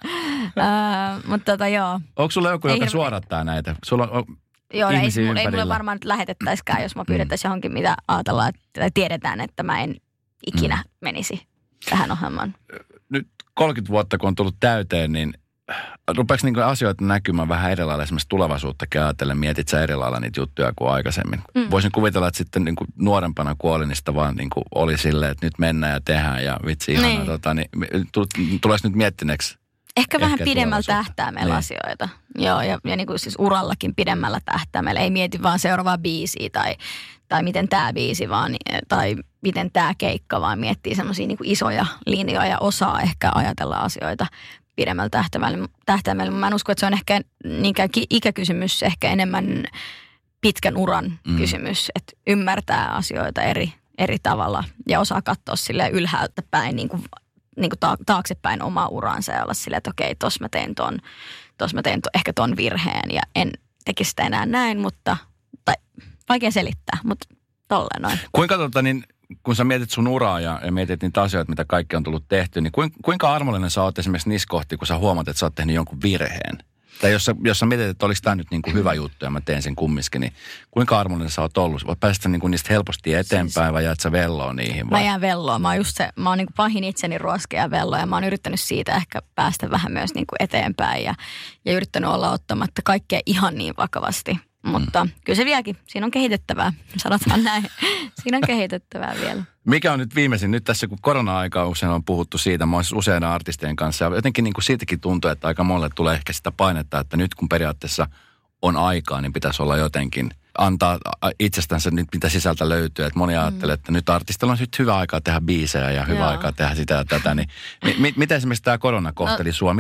Mutta joo. Onko sulla joku, joka suodattaa näitä? Sulla on... Joo, ei mulle varmaan nyt lähetettäisikään, jos mä pyydettäisiin johonkin, mitä ajatellaan, tai tiedetään, että mä en ikinä menisi tähän ohjelmaan. Nyt 30 vuotta, kun on tullut täyteen, niin rupeeko niinku asioita näkymään vähän eri lailla, esimerkiksi tulevaisuuttakin ajatellen, mietit sä eri lailla niitä juttuja kuin aikaisemmin? Voisin kuvitella, että sitten niinku nuorempana kuolinista vaan niinku oli silleen, että nyt mennään ja tehdään ja vitsi ihana, niin tuleeko nyt miettineeksi? Ehkä vähän pidemmällä tähtäimellä asioita. Joo, ja niin kuin siis urallakin pidemmällä tähtäimellä. Ei mieti vaan seuraavaa biisiä tai miten tämä biisi vaan, tai miten tämä keikka, vaan miettii semmoisia niin kuin isoja linjoja ja osaa ehkä ajatella asioita pidemmällä tähtäimellä. Mä en usko, että se on ehkä niinkään ikäkysymys, ehkä enemmän pitkän uran kysymys, että ymmärtää asioita eri tavalla ja osaa katsoa sille ylhäältä päin niin kuin taaksepäin omaa uraansa ja olla silleen, että okei, tossa mä tein ehkä ton virheen ja en tekisi sitä enää näin, mutta, tai vaikea selittää, mutta tolleen noin. Kuinka kun sä mietit sun uraa ja mietit niitä asioita, mitä kaikki on tullut tehty, niin kuinka armollinen sä oot esimerkiksi niissä kohti, kun sä huomaat, että sä oot tehnyt jonkun virheen? Tai jos sä mietit, että oliko tämä nyt niin kuin hyvä juttu ja mä teen sen kumminkin, niin kuinka armollinen sä oot ollut? Voit päästä niin kuin niistä helposti eteenpäin vai jäät sä velloon niihin? Vai? Mä jään velloon. Mä oon niin kuin pahin itseni ruoskea velloon ja mä oon yrittänyt siitä ehkä päästä vähän myös niin kuin eteenpäin ja yrittänyt olla ottamatta kaikkea ihan niin vakavasti. Mutta kyllä se vieläkin. Siinä on kehitettävää, sanotaan näin. Siinä on kehitettävää vielä. Mikä on nyt viimeisin? Nyt tässä kun korona-aikaa usein on puhuttu siitä, mä oon usein artistien kanssa. Ja jotenkin niin kuin siitäkin tuntuu, että aika monelle tulee ehkä sitä painetta, että nyt kun periaatteessa on aikaa, niin pitäisi olla jotenkin antaa itsestänsä nyt mitä sisältä löytyy. Että moni ajattelee, että nyt artistilla on nyt hyvä aikaa tehdä biisejä ja hyvä aikaa tehdä sitä ja tätä. Niin, miten esimermerkiksi tämä korona kohteli sua?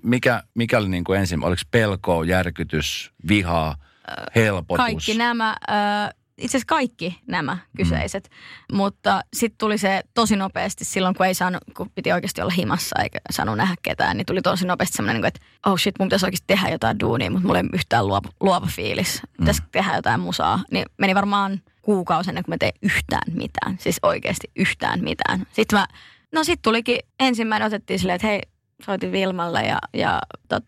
Mikä oli niin kuin ensin? Oliko pelko, järkytys, vihaa? Helpotus. Kaikki nämä, itse asiassa kaikki nämä kyseiset, mutta sitten tuli se tosi nopeasti silloin, kun piti oikeasti olla himassa eikä saanut nähdä ketään, niin tuli tosi nopeasti semmoinen, että oh shit, mun pitäisi oikeasti tehdä jotain duunia, mutta mulla ei yhtään luova fiilis. Pitäisi tehdä jotain musaa. Niin meni varmaan kuukausi ennen kuin mä tein yhtään mitään, siis oikeasti yhtään mitään. Sitten tulikin ensimmäinen, otettiin silleen, että hei, soitin Vilmalle ja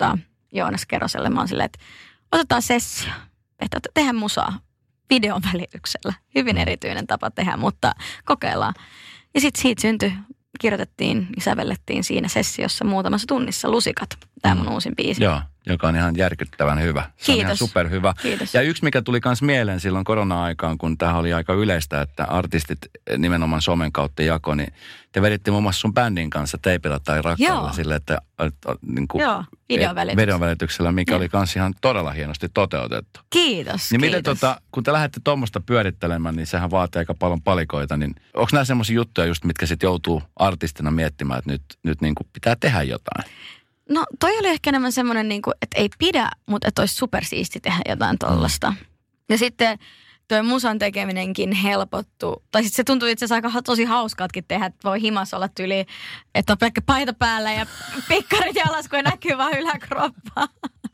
Joonas Keroselle, mä oon silleen, että otetaan sessio, että tehdään musaa videon välityksellä. Hyvin erityinen tapa tehdä, mutta kokeillaan. Ja sitten siitä syntyi, kirjoitettiin ja sävellettiin siinä sessiossa muutamassa tunnissa Lusikat, tämä mun uusin biisi. Joo, joka on ihan järkyttävän hyvä. Se Kiitos. on ihan superhyvä. Kiitos. Ja yksi, mikä tuli myös mieleen silloin korona-aikaan, kun tämä oli aika yleistä, että artistit nimenomaan somen kautta jako, niin te veditte muun muassa sun bändin kanssa Teipillä tai Rakkaalla sille, että niin kuin videon välityksellä, mikä oli myös ihan todella hienosti toteutettu. Kiitos, niin kiitos. Miten kun te lähdette tuommoista pyörittelemään, niin sehän vaatii aika paljon palikoita, niin onko nämä semmoisia juttuja just, mitkä sitten joutuu artistina miettimään, että nyt niin kuin pitää tehdä jotain? No toi oli ehkä enemmän semmoinen, niin kuin, että ei pidä, mutta että olisi supersiisti tehdä jotain tollasta. Ja sitten toi musan tekeminenkin helpottuu. Tai sitten se tuntuu itse asiassa aika tosi hauskaatkin tehdä, että voi himassa olla tyyli, että on pelkkä paita päällä ja pikkarit jalas, kun näkyy vaan yläkroppaa.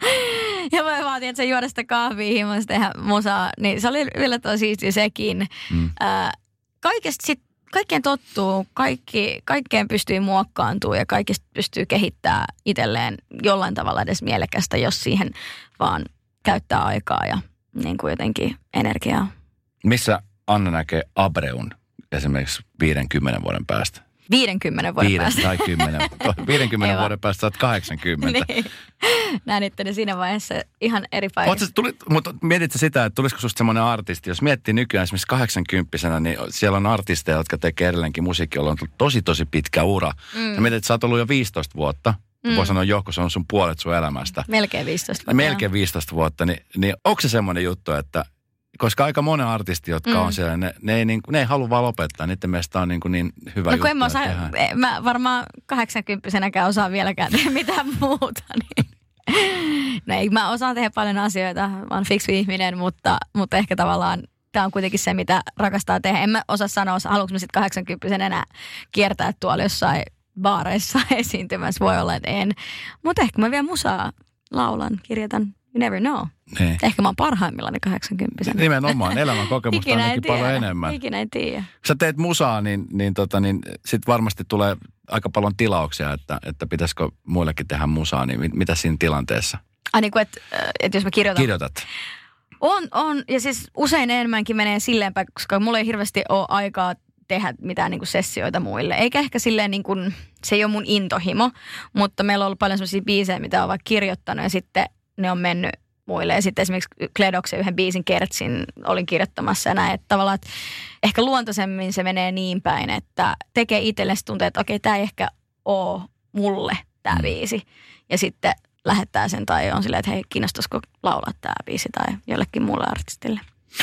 Ja voi vaatia, että se juoda sitä kahvia himassa tehdä musaa. Niin se oli yllättävän siistiä sekin. Kaikesta sitten. Kaikkeen tottuu, kaikkeen pystyy muokkaantumaan ja kaikista pystyy kehittämään itselleen jollain tavalla edes mielekästä, jos siihen vaan käyttää aikaa ja niin kuin jotenkin energiaa. Missä Anna näkee Abreun esimerkiksi 50 vuoden päästä? 50 vuoden päästä. Tai 10. 50 vuoden päästä sä oot 80. Niin. Näin itteni siinä vaiheessa ihan eri paikassa. Mutta mietitkö sitä, että tulisiko susta semmoinen artisti, jos miettii nykyään esimerkiksi 80-vuotiaana, niin siellä on artisteja, jotka tekee edelleenkin musiikkia, jolla on tullut tosi pitkä ura. Ja mietit, että sä oot ollut jo 15 vuotta voi sanoa kun se on sun puolet sun elämästä. Melkein 15 vuotta. Melkein 15 vuotta, niin onko se semmoinen juttu, että koska aika monen artisti, jotka on siellä, ne ei halua vaan lopettaa. Niiden mielestä on niin hyvä juttu. En mä varmaan 80-vuotiaanäkään osaa vieläkään tehdä mitään muuta. Niin. Mä osaan tehdä paljon asioita. Mä oon fiksu ihminen, mutta ehkä tavallaan tämä on kuitenkin se, mitä rakastaa tehdä. En mä osaa sanoa, haluanko mä sitten 80 enää kiertää tuolla jossain baareissa esiintymässä. Voi olla, että en. Mutta ehkä mä vielä musaa laulan, kirjoitan. You never know. Niin. Ehkä mä oon parhaimmillani 80. Nimenomaan, elämän kokemusta on ainakin paljon enemmän. Ikinä en tiedä. Kun sä teet musaa, niin sit varmasti tulee aika paljon tilauksia, että pitäisikö muillekin tehdä musaa, niin mitä siinä tilanteessa? Niin kuin, että jos mä Kirjoitat. On, ja siis usein enemmänkin menee silleen päin, koska mulla ei hirveästi ole aikaa tehdä mitään niin kuin sessioita muille. Eikä ehkä silleen niin kuin, se ei ole mun intohimo, mutta meillä on ollut paljon sellaisia biisejä, mitä on vaikka kirjoittanut ja sitten ne on mennyt muille. Ja sitten esimerkiksi Kledoksen yhden biisin Kertsin olin kirjoittamassa ja näin. Että tavallaan, että ehkä luontaisemmin se menee niin päin, että tekee itselle tuntuu, että okei, tämä ei ehkä ole mulle tämä biisi. Ja sitten lähettää sen tai on silleen, että hei, kiinnostaisiko laulaa tämä biisi tai jollekin muulle artistille.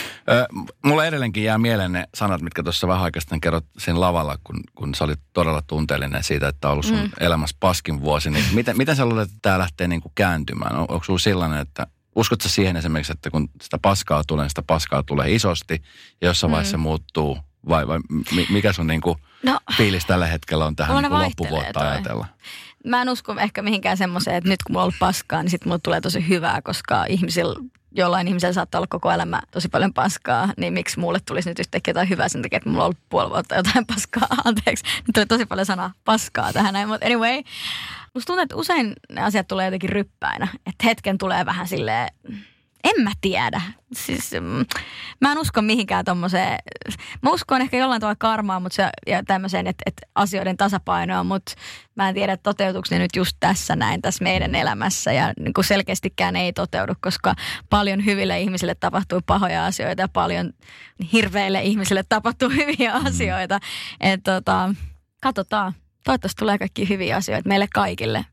Mulla edelleenkin jää mieleen ne sanat, mitkä tuossa vähän aikaisesti kerrot siinä lavalla, kun sä olit todella tunteellinen siitä, että on ollut sun elämässä paskin vuosi. Niin miten sä luulet, että tämä lähtee niin kuin kääntymään? Onko sulla sellainen, että uskotko sä siihen esimerkiksi, että kun sitä paskaa tulee isosti ja jossain vaiheessa se muuttuu? Vai mikä sun niin kuin fiilis tällä hetkellä on tähän niin loppuvuotta ajatella? Mä en usko ehkä mihinkään semmoiseen, että nyt kun mulla on ollut paskaa, niin sitten mulle tulee tosi hyvää, koska jollain ihmisellä saattaa olla koko elämä tosi paljon paskaa, niin miksi mulle tulisi nyt yhtäkkiä jotain hyvää sen takia, että mulla on ollut puoli vuotta jotain paskaa, anteeksi. Nyt tuli tosi paljon sanaa paskaa tähän näin, mutta anyway. Musta tuntuu, että usein ne asiat tulee jotenkin ryppäinä, että hetken tulee vähän silleen, en mä tiedä. Siis mä en usko mihinkään tommoseen. Mä uskon ehkä jollain tavalla karmaan ja tämmöiseen, että asioiden tasapainoa, mutta mä en tiedä, toteutuuko ne nyt just tässä meidän elämässä. Ja niin kuin selkeästikään ei toteudu, koska paljon hyville ihmisille tapahtuu pahoja asioita ja paljon hirveille ihmisille tapahtuu hyviä asioita. Että katsotaan. Toivottavasti tulee kaikki hyviä asioita meille kaikille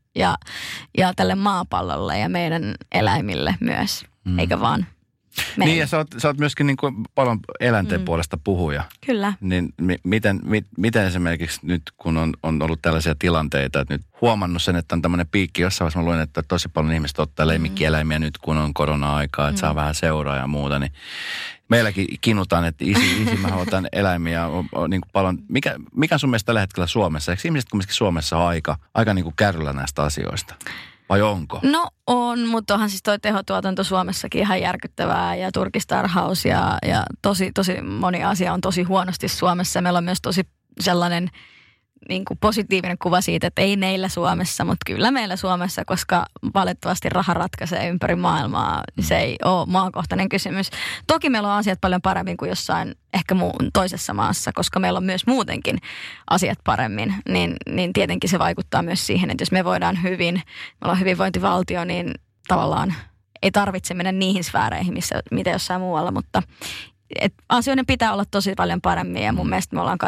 ja tälle maapallolle ja meidän eläimille myös, eikä vaan meille. Niin ja sä oot myöskin niin kuin paljon eläinten puolesta puhuja. Kyllä. Niin miten esimerkiksi nyt, kun on ollut tällaisia tilanteita, että nyt huomannut sen, että on tämmöinen piikki, jossain vaiheessa mä luin, että tosi paljon ihmiset ottaa lemmikkieläimiä nyt, kun on korona-aikaa, että saa vähän seuraa ja muuta, niin meilläkin kinutaan, että isi mä otan eläimiä on niin kuin paljon. Mikä on sun mielestä tällä hetkellä Suomessa? Eikö ihmiset kumminkin Suomessa ole aika niin kuin kärryllä näistä asioista? Vai onko? No on, mutta onhan siis toi tehotuotanto Suomessakin ihan järkyttävää ja turkistarhaus ja tosi moni asia on tosi huonosti Suomessa. Meillä on myös tosi sellainen niin kuin positiivinen kuva siitä, että ei meillä Suomessa, mutta kyllä meillä Suomessa, koska valitettavasti raha ratkaisee ympäri maailmaa. Se ei ole maakohtainen kysymys. Toki meillä on asiat paljon paremmin kuin jossain ehkä toisessa maassa, koska meillä on myös muutenkin asiat paremmin. Niin tietenkin se vaikuttaa myös siihen, että jos me voidaan hyvin, me ollaan hyvinvointivaltio, niin tavallaan ei tarvitse mennä niihin sfääreihin, mitä jossain muualla, mutta asioiden pitää olla tosi paljon paremmin ja mun mielestä me ollaan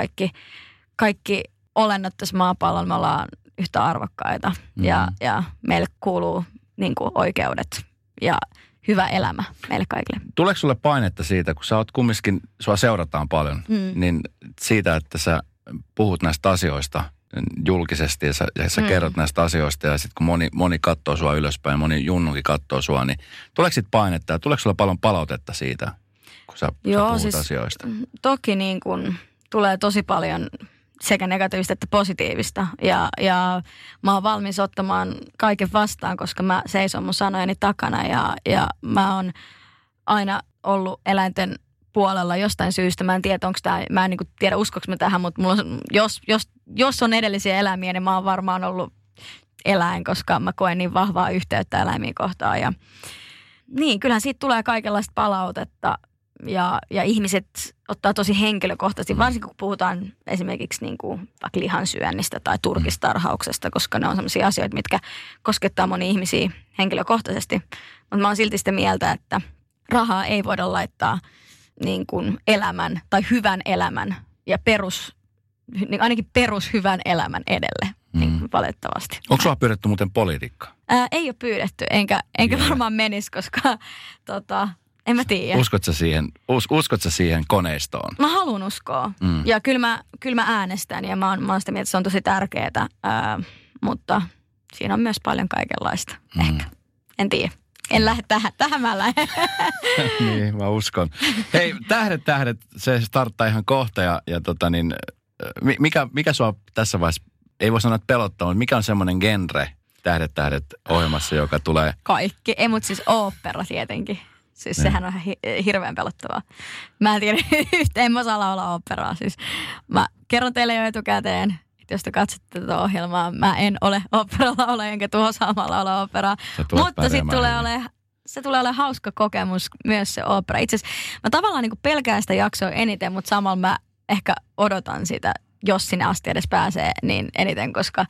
kaikki olennot tässä maapallolla, me ollaan yhtä arvokkaita ja meille kuuluu niin kuin oikeudet ja hyvä elämä meille kaikille. Tuleeko sulle painetta siitä, kun sä oot kumminkin, sua seurataan paljon, niin siitä, että sä puhut näistä asioista julkisesti ja sä kerrot näistä asioista ja sitten kun moni katsoo sua ylöspäin, moni junnukin katsoo sua, niin tuleeko sit painetta ja tuleeko sulle paljon palautetta siitä, kun sä puhut siis asioista? Toki niin kuin tulee tosi paljon sekä negatiivista että positiivista. Ja mä oon valmis ottamaan kaiken vastaan, koska mä seison mun sanojeni takana. Ja mä oon aina ollut eläinten puolella jostain syystä. Mä en tiedä, onko tämä, mä en niin kuin tiedä uskoks mä tähän, mutta mulla on, jos on edellisiä eläimiä, niin mä oon varmaan ollut eläin, koska mä koen niin vahvaa yhteyttä eläimiin kohtaan. Ja niin, kyllähän siitä tulee kaikenlaista palautetta. Ja ihmiset ottaa tosi henkilökohtaisesti, varsinkin kun puhutaan esimerkiksi niin kuin vaikka lihansyönnistä tai turkistarhauksesta, koska ne on sellaisia asioita, mitkä koskettaa monia ihmisiä henkilökohtaisesti. Mutta mä oon silti sitä mieltä, että rahaa ei voida laittaa niin kuin elämän tai hyvän elämän ja ainakin perushyvän elämän edelle. niin valitettavasti. Onko sua pyydetty muuten poliitikkaan? Ei ole pyydetty, enkä varmaan menisi, koska en mä tiedä. Uskotko siihen koneistoon? Mä haluan uskoa. Ja kyllä mä äänestän ja mä oon sitä mieltä, että se on tosi tärkeää, mutta siinä on myös paljon kaikenlaista. Ehkä. En tiedä. En lähde tähän mä lähden. Niin, mä uskon. Hei, tähdet, se starttaa ihan kohta ja mikä sua tässä vaiheessa, ei voi sanoa, että pelottaa, mutta mikä on semmoinen genre tähdet ohjelmassa, joka tulee? Kaikki, ei mutta siis ooppera tietenkin. Siis sehän on hirveän pelottavaa. Mä en tiedä yhtään, en mä osaa laulaa oopperaa. Siis mä kerron teille jo etukäteen, että jos te katsotte tätä ohjelmaa, mä en ole oopperalaulaja, enkä tuo osaamaan laulaa oopperaa. Mutta se tulee olemaan hauska kokemus myös se ooppera. Itse asiassa mä tavallaan niin pelkään sitä jaksoa eniten, mutta samalla mä ehkä odotan sitä, jos sinne asti edes pääsee, niin eniten, koska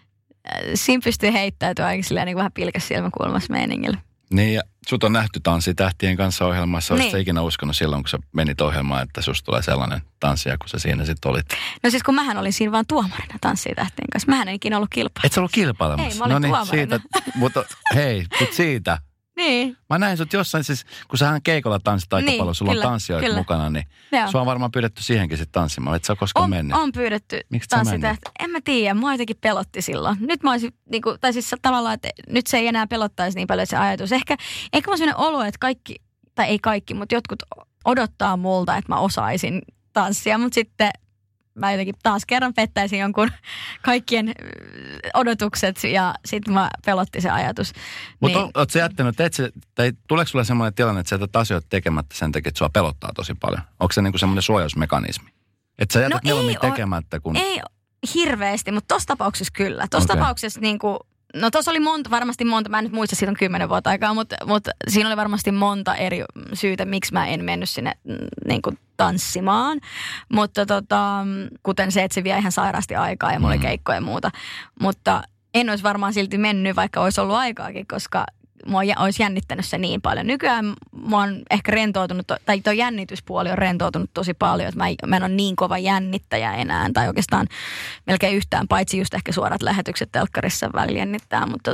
siinä pystyy heittäytyä aika silleen niin vähän pilkäs silmäkulmassa meiningillä. Niin, ja sut on nähty Tanssitähtien kanssa ohjelmassa. Olisitko sä ikinä uskonut silloin, kun sä menit ohjelmaan, että susta tulee sellainen tanssija, kun sä siinä sitten olit? No siis kun mähän olin siinä vaan tuomarina Tanssitähtien kanssa. Mähän en ikinä ollut kilpailemassa. Et sä ollut kilpailemassa? Ei, mä olin tuomarina. Mutta siitä. Niin. Mä näin sut jossain, siis kun sähän keikolla tanssit aika paljon, sulla on tanssijoita mukana, niin sua on varmaan pyydetty siihenkin sitten tanssimaan. Et sä koskaan mennyt? On pyydetty tanssitähtiä. En mä tiedä, mua jotenkin pelotti silloin. Nyt mä olisin, tai siis tavallaan, että nyt se ei enää pelottaisi niin paljon se ajatus. Ehkä mä sellainen olo, että kaikki, tai ei kaikki, mutta jotkut odottaa multa, että mä osaisin tanssia, mutta sitten mä jotenkin taas kerran pettäisin jonkun kaikkien odotukset ja sitten mä pelotti se ajatus. Mutta niin. Ootko sä jättänyt, tai tuleeko sulle semmoinen tilanne, että sä jätät asioita tekemättä sen takia, että sua pelottaa tosi paljon? Onko se niinku semmoinen suojausmekanismi? Että sä jätät mieluummin tekemättä kun... Ei hirveästi, mutta tossa tapauksessa kyllä. Tossa tapauksessa niinku... No tuossa oli varmasti monta, mä en nyt muista, siitä on 10 vuotta aikaa, mutta siinä oli varmasti monta eri syytä, miksi mä en mennyt sinne niin kuin tanssimaan. Mutta kuten se, että se vie ihan sairaasti aikaa ja mulla oli keikkoja ja muuta. Mutta en olisi varmaan silti mennyt, vaikka olisi ollut aikaakin, koska mua olisi jännittänyt se niin paljon. Nykyään mä oon ehkä rentoutunut, tai tuo jännityspuoli on rentoutunut tosi paljon, että mä en ole niin kova jännittäjä enää, tai oikeastaan melkein yhtään, paitsi just ehkä suorat lähetykset telkkarissa välillä jännittää, mutta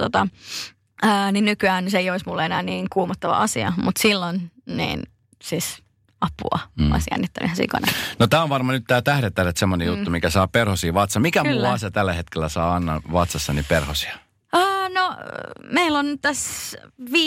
niin nykyään se ei olisi mulle enää niin kuumottava asia, mutta silloin niin siis apua, mä olisin jännittänyt ihan sikana. No tää on varmaan nyt tää tähdet semmoinen juttu, mikä saa perhosia vatsa. Mikä muu asia tällä hetkellä saa Annan vatsassani perhosia? No, meillä on tässä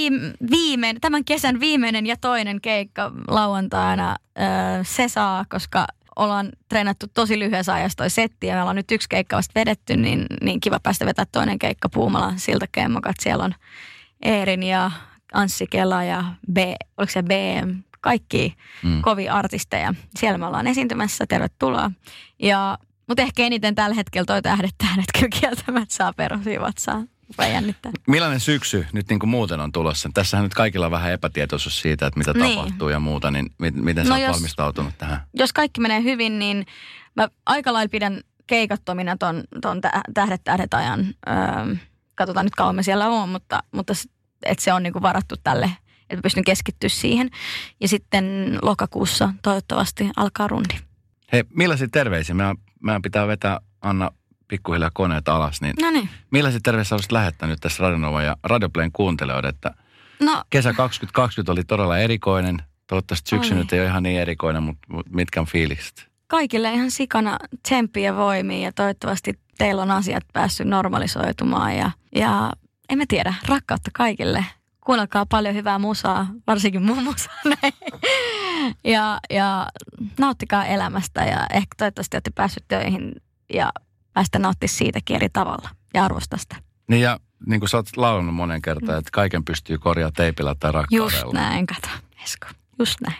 tämän kesän viimeinen ja toinen keikka lauantaina. Se saa, koska ollaan treenattu tosi lyhyessä ajassa toi setti ja me ollaan nyt yksi keikka vasta vedetty, niin kiva päästä vetää toinen keikka Puumalan Siltakemmokat. Siellä on Eerin ja Anssi Kela ja oliko se BM, kaikki kovia artisteja. Siellä me ollaan esiintymässä, tervetuloa. Mutta ehkä eniten tällä hetkellä toi tähdet kyllä kieltämättä saa perhosia vatsaa. Millainen syksy nyt niin kuin muuten on tulossa? Tässähän nyt kaikilla on vähän epätietoisuus siitä, että mitä tapahtuu ja muuta, niin miten sä oot valmistautunut tähän? Jos kaikki menee hyvin, niin mä aika lailla pidän keikattomina ton tähdet ajan. Katsotaan nyt kauan me siellä on, mutta että se on niin kuin varattu tälle, että pystyn keskittyä siihen. Ja sitten lokakuussa toivottavasti alkaa rundi. Hei, millaisia terveisiä? Meidän pitää vetää, Anna, pikkuhiljaa koneet alas, niin millaisia terveisiä olisit lähettänyt tässä Radionovan ja Radioplayn kuuntelijoille, että kesä 2020 oli todella erikoinen. Toivottavasti syksy nyt ei ole ihan niin erikoinen, mutta mitkä on fiilikset? Kaikille ihan sikana tsemppiä ja voimia ja toivottavasti teillä on asiat päässyt normalisoitumaan ja en mä tiedä, rakkautta kaikille. Kuunnelkaa paljon hyvää musaa, varsinkin mun musaa näin. Ja nauttikaa elämästä ja ehkä toivottavasti olette päässyt töihin ja päästä nauttimaan siitäkin eri tavalla ja arvostaa sitä. Niin ja niin kuin sä oot laulanut monen kertaan, että kaiken pystyy korjaamaan teipillä tai rakkaudella. Just näin, kato, Esko. Just näin.